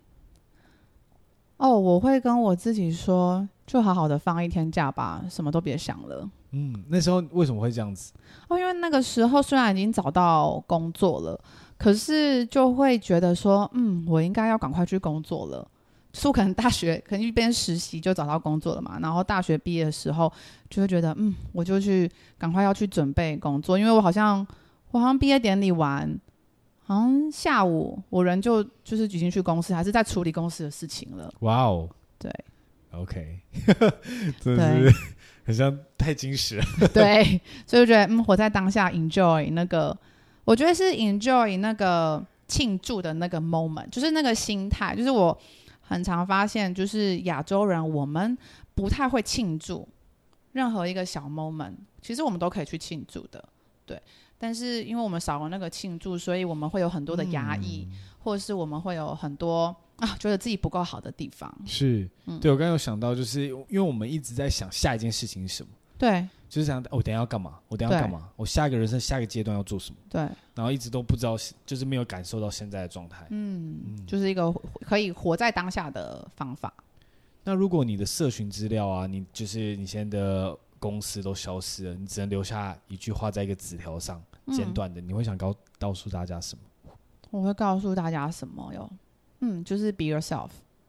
我会跟我自己说就好好的放一天假吧，什么都别想了。 那时候为什么会这样子？ 因为那个时候虽然已经找到工作了，可是就会觉得说我应该要赶快去工作了， 是我可能大学可能一边实习就找到工作了嘛，然后大学毕业的时候就会觉得我就去赶快要去准备工作，因为我好像毕业典礼完，好像下午我人就是已经去公司，还是在处理公司的事情了。 哇哦， 对 ，OK， 真的是很像太矜持了。 对，所以我觉得活在当下 ，enjoy 那个，我觉得是 enjoy 那个庆祝的那个 moment， 就是那个心态，就是我很常发现，就是亚洲人我们不太会庆祝任何一个小 moment， 其实我们都可以去庆祝的，对。但是因为我们少了那个庆祝，所以我们会有很多的压抑，或者是我们会有很多觉得自己不够好的地方。 是，对，我刚刚有想到，就是因为我们一直在想下一件事情是什么， 对， 就是想我等一下要干嘛，我等一下要干嘛，我下一个人生下一个阶段要做什么， 对， 然后一直都不知道，就是没有感受到现在的状态。 就是一个可以活在当下的方法。 那如果你的社群资料啊，你现在的公司都消失了，你只能留下一句话在一个纸条上，简短的，你会想告诉大家什么？ 我会告诉大家什么哟？就是 be yourself，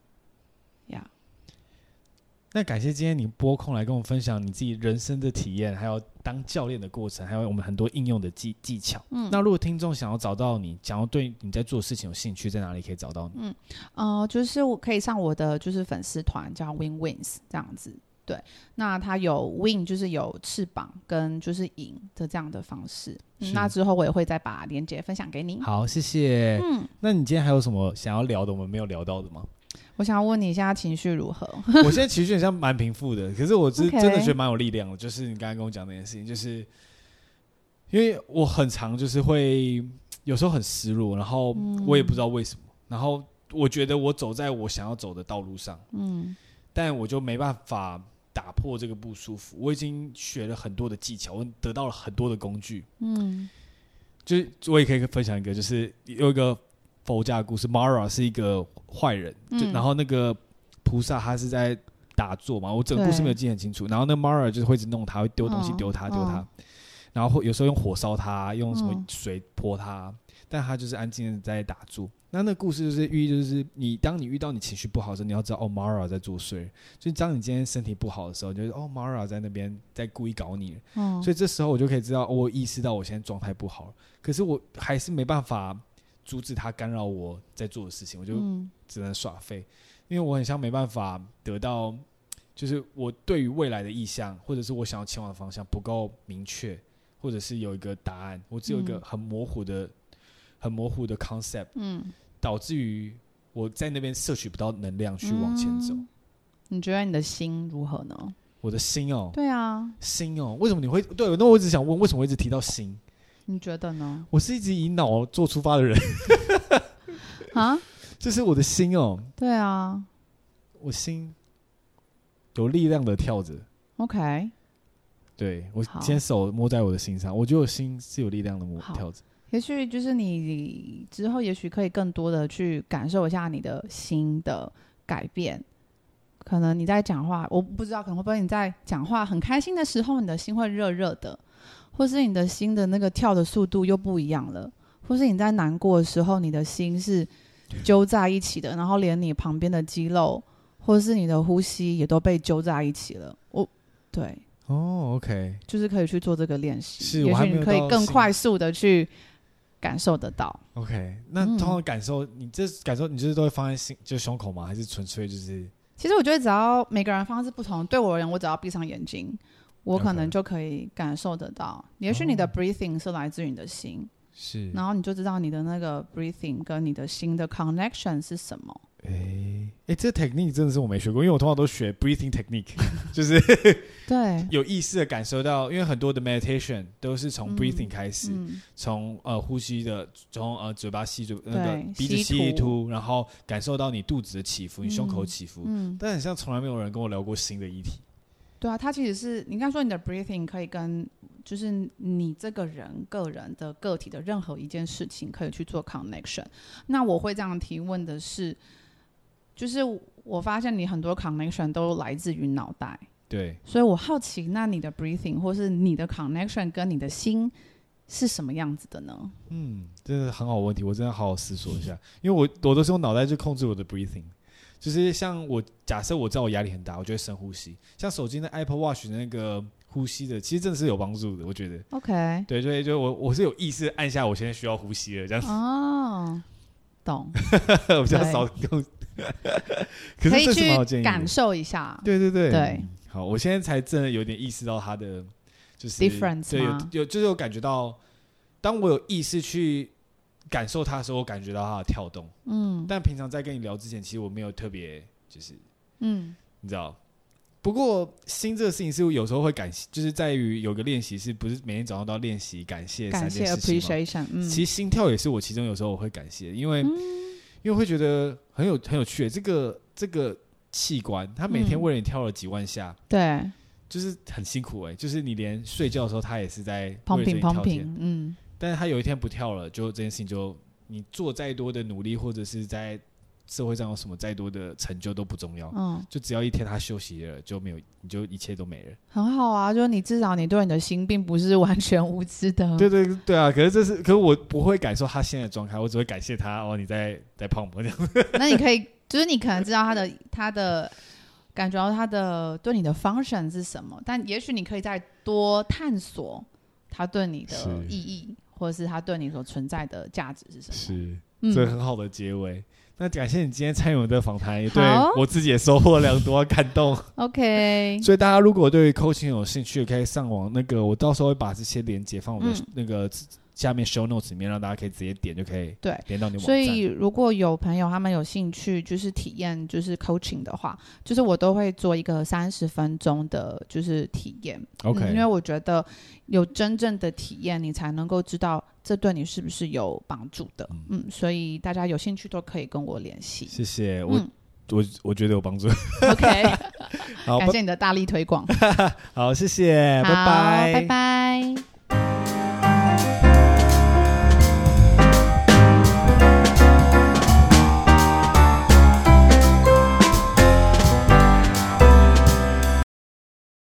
yeah。 那感谢今天你拨空来跟我分享你自己人生的体验，还有当教练的过程，还有我们很多应用的技巧。那如果听众想要找到你，想要对你在做的事情有兴趣，在哪里可以找到你？ 就是我可以上我的就是粉丝团叫 Win Wins 这样子。对，那它有 win 就是有翅膀跟就是赢的这样的方式。那之后我也会再把连结分享给你。 好，谢谢。那你今天还有什么想要聊的我们没有聊到的吗？ 我想要问你现在情绪如何？ 我现在情绪很像蛮平复的，可是我真的觉得蛮有力量的。就是你刚刚跟我讲那件事情，就是因为我很常就是会有时候很失落，然后我也不知道为什么，然后我觉得我走在我想要走的道路上，但我就没办法打破这个不舒服。我已经学了很多的技巧，我得到了很多的工具。就是我也可以分享一个，就是有一个佛家的故事 ，Mara 是一个坏人，然后那个菩萨他是在打坐嘛，我整个故事没有记得很清楚。然后那 Mara 就是会一直弄他，会丢东西丢他，然后有时候用火烧他，用什么水泼他，但他就是安静的在打坐。那个故事就是寓意，就是当你遇到你情绪不好的时候，你要知道Mara 在作祟。就当你今天身体不好的时候，你就是Mara 在那边在故意搞你了。所以这时候我就可以知道，我意识到我现在状态不好了，可是我还是没办法阻止他干扰我在做的事情，我就只能耍废，因为我很像没办法得到，就是我对于未来的意向，或者是我想要前往的方向不够明确，或者是有一个答案，我只有一个很模糊的 concept，导致于我在那边摄取不到能量去往前走。 你觉得你的心如何呢？ 我的心哦， 对啊， 心哦，为什么你会对？那我一直想问，为什么我一直提到心？ 你觉得呢？ 我是一直以脑做出发的人啊， 就是我的心哦。 对啊， 我心有力量的跳着。 OK， 对，我今天手摸在我的心上，我觉得我心是有力量的跳着。 也许就是你之后也许可以更多的去感受一下你的心的改变。可能你在讲话，我不知道可能会不会你在讲话很开心的时候，你的心会热热的，或是你的心的那个跳的速度又不一样了，或是你在难过的时候，你的心是揪在一起的，然后连你旁边的肌肉或是你的呼吸也都被揪在一起了。对 OK， 就是可以去做这个练习， 是也许你可以更快速的去感受得到。 OK， 那通常感受，你就是都会放在心，就是胸口吗？还是纯粹就是？ 其实我觉得只要每个人方式不同，对我而言，我只要闭上眼睛，我可能就可以感受得到。也许你的 breathing 是来自于你的心， 是， 然后你就知道你的那个 breathing 跟你的心的 connection 是什么。 这 technique 真的是我没学过，因为我通常都学 breathing technique， 就是对有意识的感受到，因为很多的 meditation 都是从 breathing 开始，从呼吸的，从嘴巴吸那个鼻子吸一吐，然后感受到你肚子的起伏，你胸口起伏，但很像从来没有人跟我聊过新的议题。 对啊，它其实是你刚才说你的 breathing 可以跟就是你这个人个人的个体的任何一件事情可以去做 connection。那我会这样提问的是，就是我发现你很多 connection 都来自于脑袋， 对，所以我好奇，那你的 breathing 或是你的 connection 跟你的心是什么样子的呢？ 真的很好的问题，我真的好好思索一下，因为我都是用脑袋去控制我的 breathing， 就是像假设我知道我压力很大，我就会深呼吸。像手机的 Apple Watch 的那个呼吸的，其实真的是有帮助的，我觉得。 OK， 对对，就我是有意识按下我现在需要呼吸了，这样子。 哦，懂。 我比较少用，可是这是蛮好建议的， 可以去感受一下。 对对对对， 好，我现在才真的有点意识到它的就是 difference 对， 吗？ 就是有感觉到，当我有意识去感受它的时候，我感觉到它的跳动。但平常在跟你聊之前，其实我没有特别就是你知道。不过心这个事情是有时候会感谢，就是在于有个练习是不是每天早上都要练习感谢3件事情吗？ appreciation， 其实心跳也是我其中有时候我会感谢，因为会觉得很有趣，这个器官它每天为了你跳了几万下， 对， 就是很辛苦就是你连睡觉的时候它也是在砰为了你跳砰， 但是它有一天不跳了，就这件事情就你做再多的努力或者是在社会上有什么再多的成就都不重要，就只要一天他休息了，就没有，你就一切都没了。 很好啊，就是你至少你对你的心并不是完全无知的。 对对对啊，可是我不会感受他现在的状态，我只会感谢他你在胖我这样。 那你可以，就是你可能知道他的感觉到他的对你的 function 是什么，但也许你可以再多探索他对你的意义，或者是他对你所存在的价值是什么。 是，这很好的结尾。那感谢你今天参与我的访谈，也对我自己也收获良多，感动。 OK， 所以大家如果对于 coaching 有兴趣，可以上网我到时候会把这些连结放我的那个下面 show notes 里面，让大家可以直接点就可以连到你网站。 所以如果有朋友他们有兴趣就是体验就是 coaching 的话，就是我都会做一个30分钟的就是体验。 OK， 因为我觉得有真正的体验，你才能够知道这对你是不是有帮助的。所以大家有兴趣都可以跟我联系。 谢谢，我觉得有帮助。 OK， 好， 感谢你的大力推广。 好，谢谢，拜拜， 拜拜。